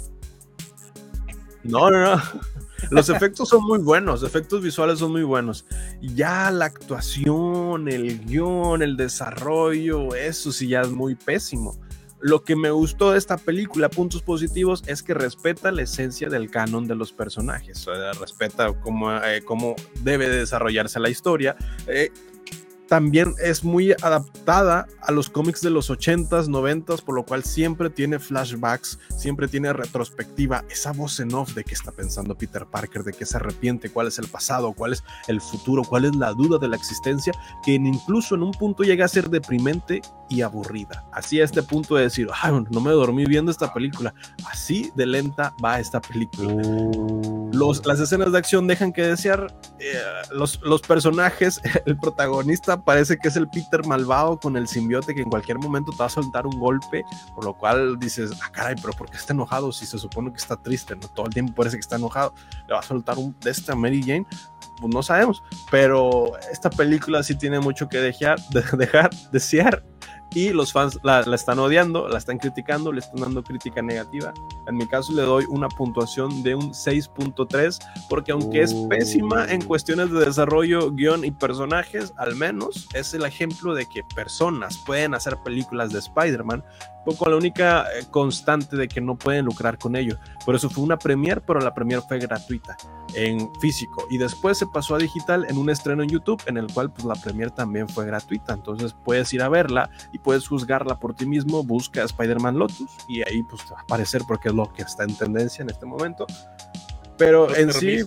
No, no, no. Los efectos son muy buenos, efectos visuales son muy buenos. Ya la actuación, el guión, el desarrollo, eso sí ya es muy pésimo. Lo que me gustó de esta película, puntos positivos, es que respeta la esencia del canon de los personajes, o sea, respeta cómo, eh, cómo debe desarrollarse la historia. Eh, también es muy adaptada a los cómics de los ochentas, noventas, por lo cual siempre tiene flashbacks, siempre tiene retrospectiva, esa voz en off de qué está pensando Peter Parker, de qué se arrepiente, cuál es el pasado, cuál es el futuro, cuál es la duda de la existencia, que incluso en un punto llega a ser deprimente y aburrida. Así a este punto de decir, ay, no me dormí viendo esta película. Así de lenta va esta película. Uh. Los, las escenas de acción dejan que desear. Eh, los, los personajes, el protagonista parece que es el Peter malvado con el simbiote que en cualquier momento te va a soltar un golpe, por lo cual dices, ah caray, pero ¿por qué está enojado si se supone que está triste? No, todo el tiempo parece que está enojado. Le va a soltar un de esta Mary Jane. Pues no sabemos, pero esta película sí tiene mucho que dejar, de, dejar desear. Y los fans la, la están odiando, la están criticando, le están dando crítica negativa. En mi caso le doy una puntuación de un seis punto tres, porque aunque uh. es pésima en cuestiones de desarrollo, guión y personajes, al menos es el ejemplo de que personas pueden hacer películas de Spider-Man con la única eh, constante de que no pueden lucrar con ello. Por eso fue una premiere, pero la premiere fue gratuita en físico y después se pasó a digital en un estreno en YouTube, en el cual pues la premiere también fue gratuita. Entonces puedes ir a verla y puedes juzgarla por ti mismo. Busca Spider-Man Lotus y ahí pues te va a aparecer, porque es lo que está en tendencia en este momento. Pero en sí...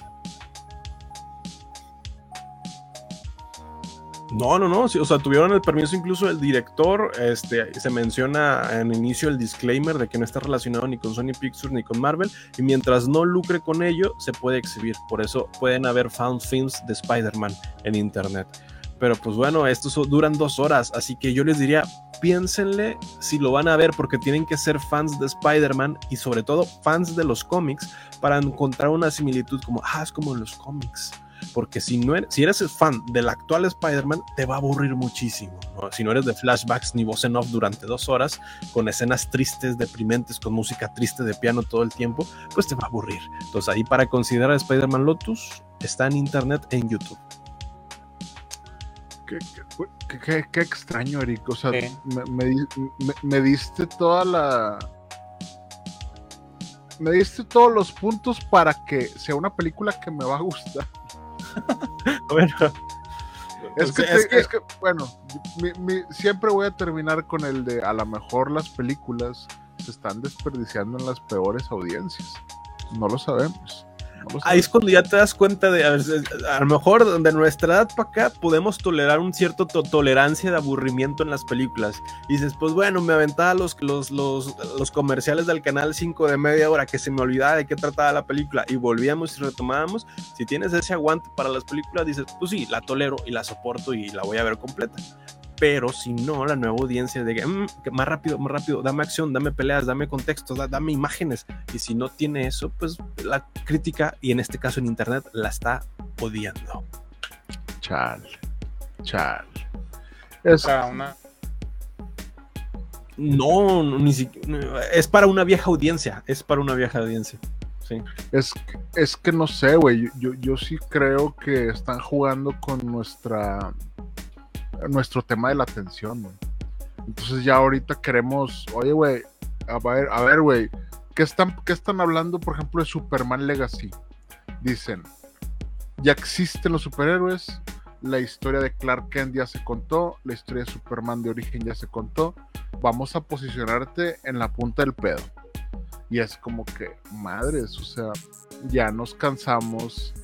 No, no, no, sí, o sea, tuvieron el permiso incluso del director, este, se menciona en el inicio el disclaimer de que no está relacionado ni con Sony Pictures ni con Marvel, y mientras no lucre con ello, se puede exhibir, por eso pueden haber fan films de Spider-Man en internet. Pero pues bueno, estos duran dos horas, así que yo les diría, piénsenle si lo van a ver, porque tienen que ser fans de Spider-Man y sobre todo fans de los cómics para encontrar una similitud como, ah, es como en los cómics. porque si, no eres, si eres fan del actual Spider-Man, te va a aburrir muchísimo, ¿no? Si no eres de flashbacks ni voz en off durante dos horas, con escenas tristes, deprimentes, con música triste de piano todo el tiempo, pues te va a aburrir. Entonces ahí para considerar a Spider-Man Lotus está en internet, en YouTube. Qué, qué, qué, qué extraño, Eric. O sea, sí. me, me, me, me diste toda la... Me diste todos los puntos para que sea una película que me va a gustar. Bueno, es, que o sea, te, es, que... es que, bueno, mi, mi, siempre voy a terminar con el de a lo mejor las películas se están desperdiciando en las peores audiencias. No lo sabemos. No lo Ahí es cuando ya te das cuenta de, a, ver, a lo mejor de nuestra edad para acá podemos tolerar un cierto to- tolerancia de aburrimiento en las películas. Y dices, pues bueno, me aventaba los, los, los, los comerciales del canal cinco de media hora que se me olvidaba de qué trataba la película y volvíamos y retomábamos. Si tienes ese aguante para las películas, dices, pues sí, la tolero y la soporto y la voy a ver completa. Pero si no, la nueva audiencia de mmm, que más rápido, más rápido, dame acción, dame peleas, dame contexto, da, dame imágenes. Y si no tiene eso, pues la crítica, y en este caso en internet, la está odiando. Chal, chal. Es Para una... No, no, ni siquiera. Es para una vieja audiencia. Es para una vieja audiencia. Sí. Es, es que no sé, güey. Yo, yo sí creo que están jugando con nuestra. Nuestro tema de la atención, güey. Entonces ya ahorita queremos, oye, güey, a ver, a ver, güey, ¿qué están, ¿qué están hablando, por ejemplo, de Superman Legacy? Dicen, ya existen los superhéroes, la historia de Clark Kent ya se contó, la historia de Superman de origen ya se contó, vamos a posicionarte en la punta del pedo. Y es como que, madres, o sea, ya nos cansamos,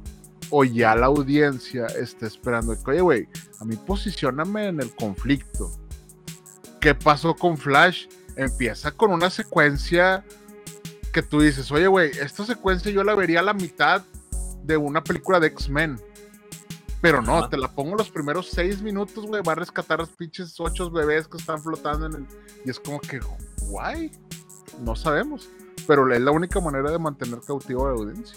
o ya la audiencia está esperando que, oye, güey, a mí posicióname en el conflicto. ¿Qué pasó con Flash? Empieza con una secuencia que tú dices, oye, güey, esta secuencia yo la vería a la mitad de una película de X-Men. Pero no, ajá, te la pongo los primeros seis minutos, güey, va a rescatar a los pinches ocho bebés que están flotando en el... Y es como que, guay, no sabemos. Pero es la única manera de mantener cautivo a la audiencia.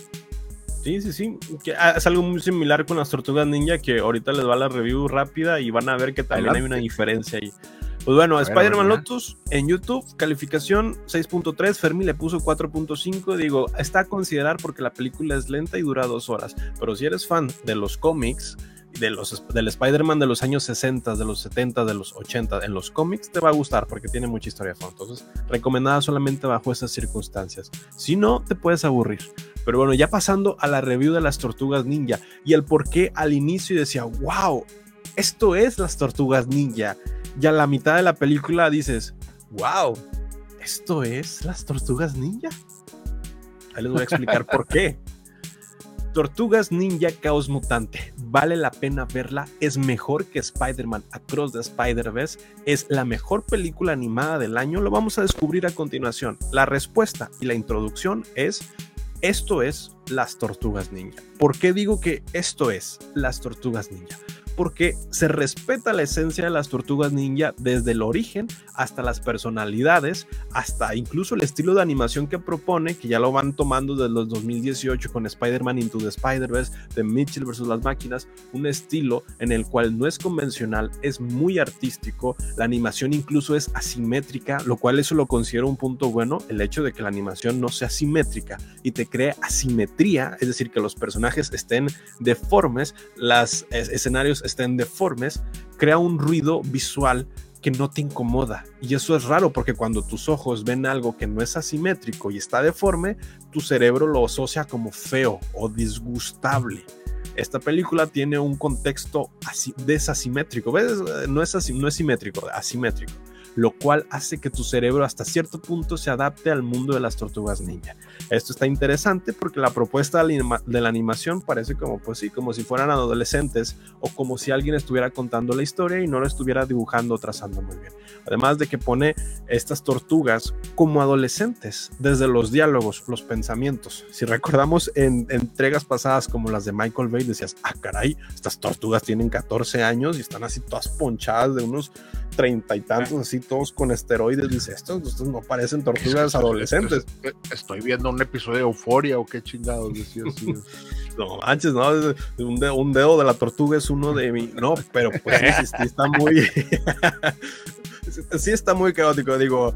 Sí, sí, sí. Que es algo muy similar con las Tortugas Ninja, que ahorita les va la review rápida y van a ver que también Adelante. Hay una diferencia ahí. Pues bueno, bueno Spider-Man bueno. Lotus en YouTube, calificación seis punto tres, Fermi le puso cuatro punto cinco, digo, está a considerar porque la película es lenta y dura dos horas, pero si eres fan de los cómics, de los, del Spider-Man de los años sesenta, de los setenta, de los ochenta, en los cómics, te va a gustar porque tiene mucha historia de fondo. Entonces, recomendada solamente bajo esas circunstancias. Si no, te puedes aburrir. Pero bueno, ya pasando a la review de las Tortugas Ninja y el por qué al inicio decía, wow, esto es las Tortugas Ninja. Ya a la mitad de la película dices, wow, esto es las Tortugas Ninja. Ahí les voy a explicar por qué. Tortugas Ninja Caos Mutante, vale la pena verla, es mejor que Spider-Man Across the Spider-Verse, es la mejor película animada del año, lo vamos a descubrir a continuación. La respuesta y la introducción es, esto es las Tortugas Ninja. ¿Por qué digo que esto es las Tortugas Ninja? Porque se respeta la esencia de las Tortugas Ninja desde el origen hasta las personalidades, hasta incluso el estilo de animación que propone, que ya lo van tomando desde los dos mil dieciocho con Spider-Man Into the Spider-Verse, de Mitchell versus las máquinas, un estilo en el cual no es convencional, es muy artístico, la animación incluso es asimétrica, lo cual eso lo considero un punto bueno, el hecho de que la animación no sea simétrica y te crea asimetría, es decir, que los personajes estén deformes, los escenarios estén deformes, crea un ruido visual que no te incomoda, y eso es raro porque cuando tus ojos ven algo que no es asimétrico y está deforme, tu cerebro lo asocia como feo o disgustable. Esta película tiene un contexto así, desasimétrico, ¿ves? No es, así, no es simétrico, asimétrico, lo cual hace que tu cerebro hasta cierto punto se adapte al mundo de las Tortugas Ninja. Esto está interesante porque la propuesta de la animación parece como, pues sí, como si fueran adolescentes o como si alguien estuviera contando la historia y no lo estuviera dibujando o trazando muy bien. Además de que pone estas tortugas como adolescentes, desde los diálogos, los pensamientos. Si recordamos en, en entregas pasadas como las de Michael Bay, decías, ah caray, estas tortugas tienen catorce años y están así todas ponchadas de unos treinta y tantos, así todos con esteroides. Dice, estos, estos no parecen tortugas adolescentes. Estoy viendo un episodio de Euforia o qué chingados decía así. No manches, no, un dedo, un dedo de la tortuga es uno de mi. No, pero pues sí, sí, sí está muy. Sí está muy caótico, digo.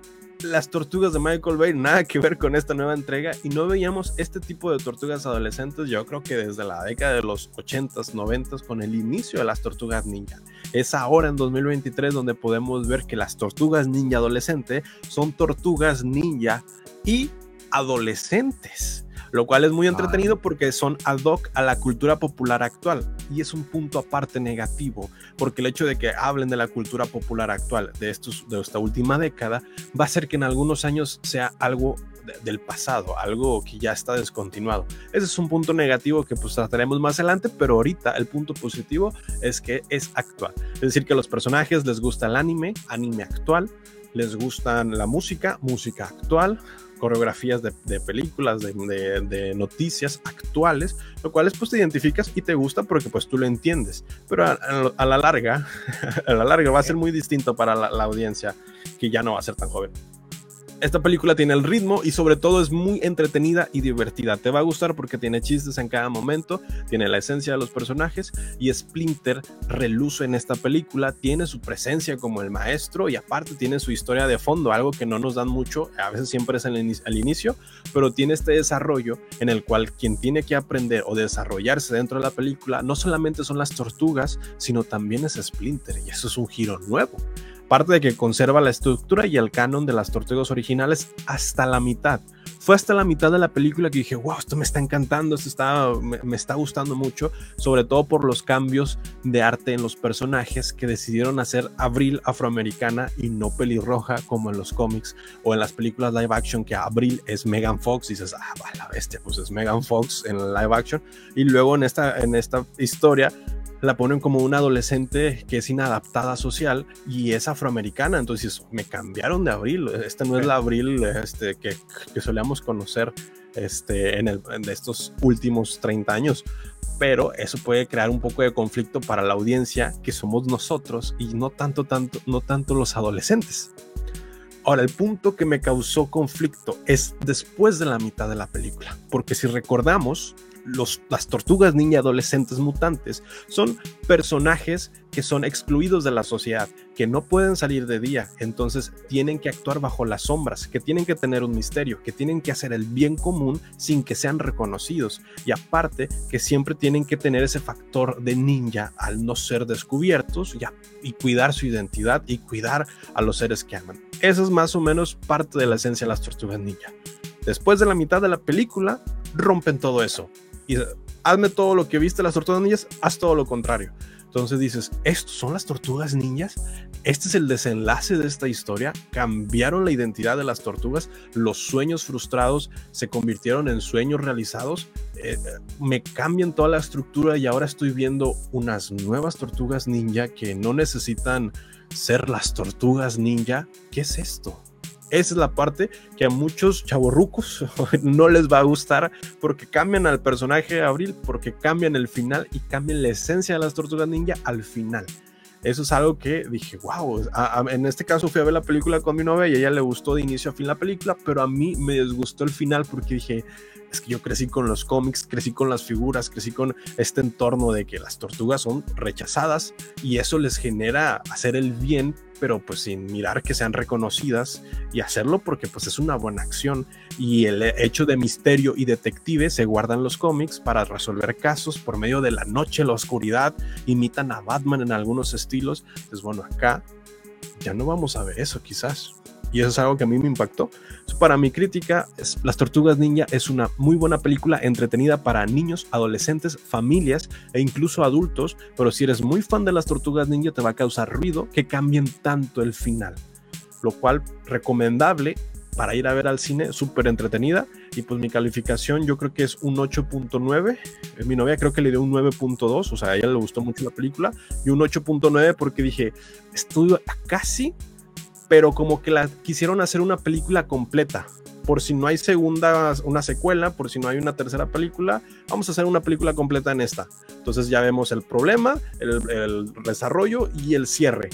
Las tortugas de Michael Bay, nada que ver con esta nueva entrega, y no veíamos este tipo de tortugas adolescentes, yo creo que desde la década de los ochentas, noventas, con el inicio de las tortugas ninja. Es ahora en dos mil veintitrés donde podemos ver que las tortugas ninja adolescente son tortugas ninja y adolescentes, lo cual es muy entretenido porque son ad hoc a la cultura popular actual, y es un punto aparte negativo, porque el hecho de que hablen de la cultura popular actual de, estos, de esta última década va a hacer que en algunos años sea algo de, del pasado, algo que ya está descontinuado. Ese es un punto negativo que pues trataremos más adelante, pero ahorita el punto positivo es que es actual, es decir, que a los personajes les gusta el anime, anime actual, les gustan la música, música actual, coreografías de, de películas, de, de, de noticias actuales, lo cual es pues te identificas y te gusta porque pues tú lo entiendes, pero a, a, a la larga, a la larga va a ser muy distinto para la, la audiencia que ya no va a ser tan joven. Esta película tiene el ritmo y sobre todo es muy entretenida y divertida. Te va a gustar porque tiene chistes en cada momento, tiene la esencia de los personajes y Splinter reluce en esta película, tiene su presencia como el maestro y aparte tiene su historia de fondo, algo que no nos dan mucho, a veces siempre es al inicio, al inicio, pero tiene este desarrollo en el cual quien tiene que aprender o desarrollarse dentro de la película no solamente son las tortugas, sino también es Splinter, y eso es un giro nuevo. Parte de que conserva la estructura y el canon de las tortugas originales hasta la mitad. Fue hasta la mitad de la película que dije, wow, esto me está encantando, esto está, me, me está gustando mucho, sobre todo por los cambios de arte en los personajes que decidieron hacer Abril afroamericana y no pelirroja como en los cómics o en las películas live action, que Abril es Megan Fox y dices, ah, va la bestia, pues es Megan Fox en el live action, y luego en esta, en esta historia la ponen como una adolescente que es inadaptada social y es afroamericana, entonces me cambiaron de Abril, esta no es la Abril este, que, que solíamos conocer este, en, el, en estos últimos treinta años, pero eso puede crear un poco de conflicto para la audiencia que somos nosotros y no tanto, tanto, no tanto los adolescentes. Ahora, el punto que me causó conflicto es después de la mitad de la película, porque si recordamos, Los, las tortugas ninja adolescentes mutantes son personajes que son excluidos de la sociedad, que no pueden salir de día, entonces tienen que actuar bajo las sombras, que tienen que tener un misterio, que tienen que hacer el bien común sin que sean reconocidos, y aparte que siempre tienen que tener ese factor de ninja al no ser descubiertos y, a, y cuidar su identidad y cuidar a los seres que aman. Esa es más o menos parte de la esencia de las tortugas ninja. Después de la mitad de la película rompen todo eso y hazme todo lo que viste las tortugas ninjas, haz todo lo contrario. Entonces dices, ¿estos son las tortugas ninjas? Este es el desenlace de esta historia. Cambiaron la identidad de las tortugas, los sueños frustrados se convirtieron en sueños realizados, eh, me cambian toda la estructura y ahora estoy viendo unas nuevas tortugas ninja que no necesitan ser las tortugas ninja. ¿Qué es esto? Esa es la parte que a muchos chavorrucos no les va a gustar porque cambian al personaje de Abril, porque cambian el final y cambian la esencia de las tortugas ninja al final. Eso es algo que dije, wow, a, a, en este caso fui a ver la película con mi novia y a ella le gustó de inicio a fin la película, pero a mí me desgustó el final porque dije, es que yo crecí con los cómics, crecí con las figuras, crecí con este entorno de que las tortugas son rechazadas y eso les genera hacer el bien, pero pues sin mirar que sean reconocidas y hacerlo porque pues es una buena acción, y el hecho de misterio y detective se guardan los cómics para resolver casos por medio de la noche, la oscuridad, imitan a Batman en algunos estilos. Entonces bueno, acá ya no vamos a ver eso quizás, y eso es algo que a mí me impactó. Para mi crítica, es, Las Tortugas Ninja es una muy buena película entretenida para niños, adolescentes, familias e incluso adultos, pero si eres muy fan de Las Tortugas Ninja te va a causar ruido que cambien tanto el final, lo cual recomendable para ir a ver al cine, súper entretenida. Y pues mi calificación yo creo que es un ocho punto nueve, mi novia creo que le dio un nueve punto dos, o sea, a ella le gustó mucho la película, y un ocho punto nueve porque dije, estuve casi, pero como que la quisieron hacer una película completa, por si no hay segunda, una secuela, por si no hay una tercera película, vamos a hacer una película completa en esta. Entonces ya vemos el problema, el, el desarrollo y el cierre.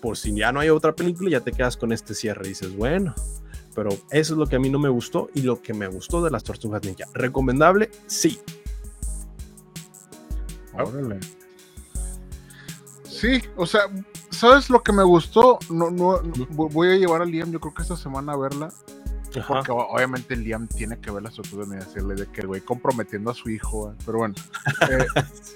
por si ya no hay otra película, ya te quedas con este cierre y dices, bueno, pero eso es lo que a mí no me gustó y lo que me gustó de las Tortugas Ninja. ¿Recomendable? Sí. Órale. Sí, o sea, ¿sabes lo que me gustó? No, no, no, voy a llevar a Liam, yo creo que esta semana a verla. Ajá. Porque obviamente Liam tiene que ver las Tortugas Ninja, decirle de que el güey comprometiendo a su hijo, ¿eh? Pero bueno. Eh,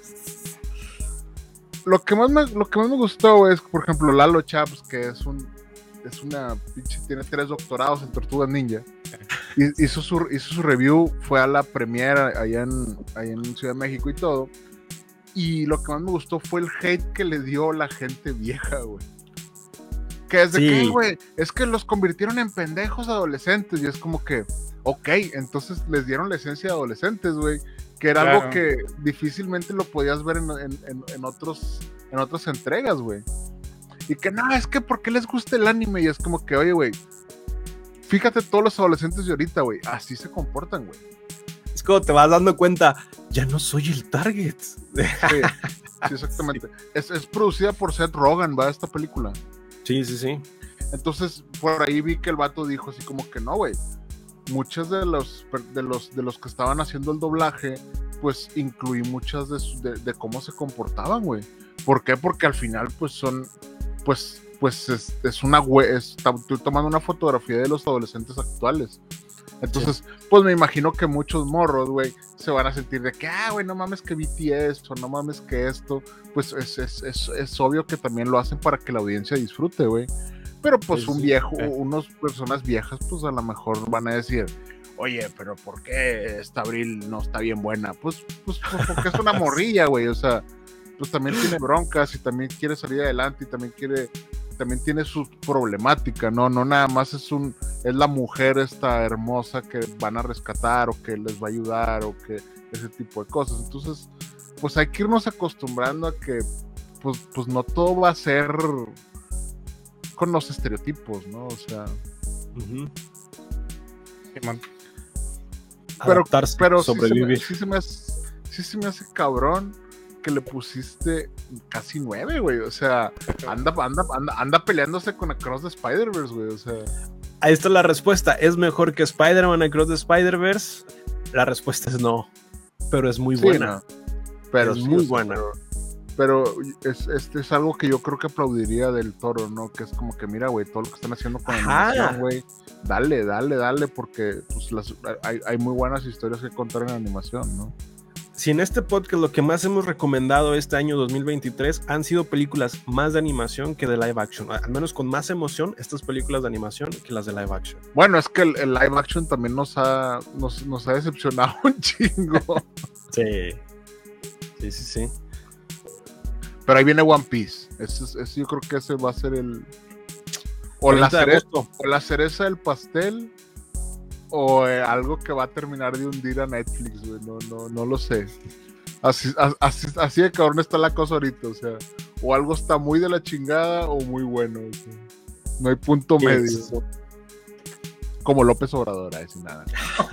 lo, que más me, lo que más me gustó es, por ejemplo, Lalo Chaps, que es un es una pinche, tiene tres doctorados en Tortugas Ninja. Y, hizo, su, hizo su review, fue a la premiere allá en, allá en Ciudad de México y todo. Y lo que más me gustó fue el hate que le dio la gente vieja, güey. Que es de sí. que, güey, es que los convirtieron en pendejos adolescentes. Y es como que, ok, entonces les dieron la esencia de adolescentes, güey. Que era claro. algo que difícilmente lo podías ver en, en, en, en, otros, en otras entregas, güey. Y que no, es que ¿por qué les gusta el anime? Y es como que, oye, güey, fíjate todos los adolescentes de ahorita, güey, así se comportan, güey. Es como te vas dando cuenta, ya no soy el target. Sí, sí exactamente. Sí. Es, es producida por Seth Rogen, ¿va? Esta película. Sí, sí, sí. Entonces, por ahí vi que el vato dijo así como que no, güey. Muchos de los, de los de los que estaban haciendo el doblaje, pues incluí muchas de, de, de cómo se comportaban, güey. ¿Por qué? Porque al final, pues son, pues, pues es, es una, güey, estoy tomando una fotografía de los adolescentes actuales. Entonces, sí. pues me imagino que muchos morros, güey, se van a sentir de que, ah, güey, no mames que B T S, o no mames que esto, pues es, es, es, es obvio que también lo hacen para que la audiencia disfrute, güey. Pero pues sí, un viejo, sí. unas personas viejas, pues a lo mejor van a decir, oye, pero ¿por qué esta Abril no está bien buena? Pues, pues, pues porque es una morrilla, güey, o sea, pues también tiene broncas y también quiere salir adelante y también quiere... también tiene su problemática, ¿no? No nada más es un, es la mujer esta hermosa que van a rescatar o que les va a ayudar o que ese tipo de cosas. Entonces, pues hay que irnos acostumbrando a que, pues, pues no todo va a ser con los estereotipos, ¿no? O sea... Uh-huh. Sí, man. Pero, pero sobrevivir. Sí, se me, sí, se me hace, sí se me hace cabrón que le pusiste casi nueve, güey, o sea, anda, anda, anda, anda peleándose con Across the Spider-Verse, güey, o sea. Ahí está la respuesta, ¿es mejor que Spider-Man Across the Spider-Verse? La respuesta es no, pero es muy sí, buena. No. Pero es sí, muy o sea, buena. Pero, pero es, este es algo que yo creo que aplaudiría del Toro, ¿no? Que es como que, mira, güey, todo lo que están haciendo con animación, güey, dale, dale, dale, porque pues las, hay, hay muy buenas historias que contar en animación, ¿no? Si en este podcast lo que más hemos recomendado este año dos mil veintitrés han sido películas más de animación que de live action, al menos con más emoción estas películas de animación que las de live action. Bueno, es que el, el live action también nos ha, nos, nos ha decepcionado un chingo. Sí, sí, sí, sí. Pero ahí viene One Piece, ese, ese yo creo que ese va a ser el... O la, cereza, o la cereza del pastel... O eh, algo que va a terminar de hundir a Netflix, güey, no, no, no lo sé. Así, así, así de cabrón está la cosa ahorita, o sea, o algo está muy de la chingada o muy bueno, o sea, no hay punto medio. Es... Como López Obrador, a decir nada.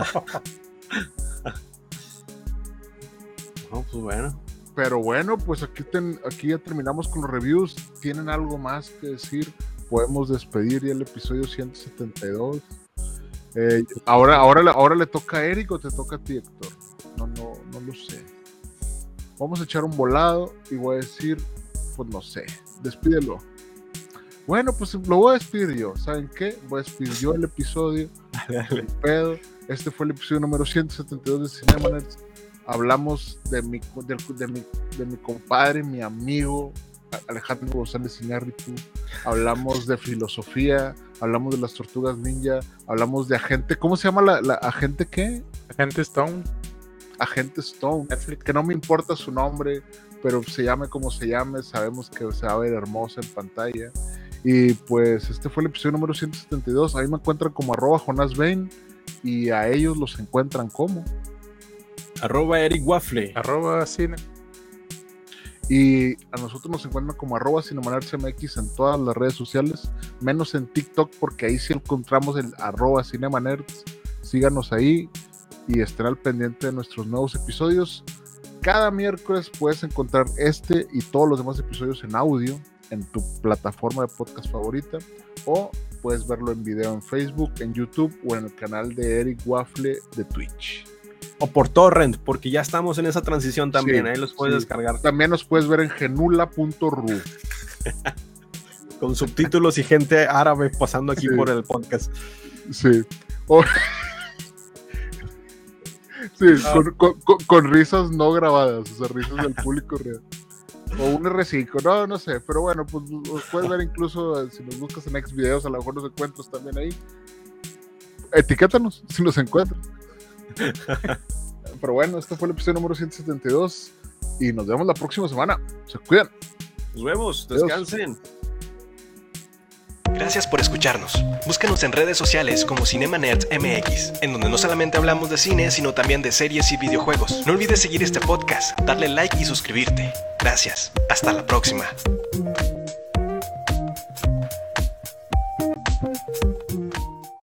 No, pues bueno. Pero bueno, pues aquí, ten, aquí ya terminamos con los reviews. ¿Tienen algo más que decir? Podemos despedir ya el episodio ciento setenta y dos. Eh, ahora, ahora, ahora le toca a Eric o te toca a ti, Héctor. No, no, no lo sé. Vamos a echar un volado y voy a decir, pues no sé, despídelo. Bueno, pues lo voy a despedir yo. ¿Saben qué? Voy a despedir yo el episodio. El pedo. Este fue el episodio número ciento setenta y dos de Cinema Nerds. Hablamos de mi, de, de, mi, de mi compadre, mi amigo Alejandro González Iñárritu. Hablamos de filosofía. Hablamos de las Tortugas Ninja, hablamos de Agente, ¿cómo se llama la, la Agente qué? Agente Stone. Agente Stone, Netflix. Que no me importa su nombre, pero se llame como se llame, sabemos que se va a ver hermosa en pantalla. Y pues este fue el episodio número ciento setenta y dos, ahí me encuentran como arroba Jonas Bain, y a ellos los encuentran como arroba Eric Waffle, arroba Cine. Y a nosotros nos encuentran como arroba CinemaNerdsMX en todas las redes sociales, menos en TikTok, porque ahí sí encontramos el arroba CinemaNerds. Síganos ahí y estén al pendiente de nuestros nuevos episodios. Cada miércoles puedes encontrar este y todos los demás episodios en audio, en tu plataforma de podcast favorita, o puedes verlo en video en Facebook, en YouTube o en el canal de Eric Waffle de Twitch. O por torrent, porque ya estamos en esa transición también, sí, ahí los puedes sí. descargar. También los puedes ver en genula punto ru. Con subtítulos y gente árabe pasando aquí sí. por el podcast. Sí. O... sí, ah. con, con, con, con risas no grabadas, o sea, risas del público real. O un R cinco, no, no sé, pero bueno, pues los puedes ver incluso si nos buscas en Xvideos, a lo mejor nos encuentras también ahí. Etiquétanos si nos encuentras. Pero bueno, este fue el episodio número ciento setenta y dos y nos vemos la próxima semana. Se cuidan. Nos vemos, descansen. Gracias por escucharnos. Búscanos en redes sociales como Cinema Nerds M X, en donde no solamente hablamos de cine, sino también de series y videojuegos. No olvides seguir este podcast, darle like y suscribirte. Gracias. Hasta la próxima.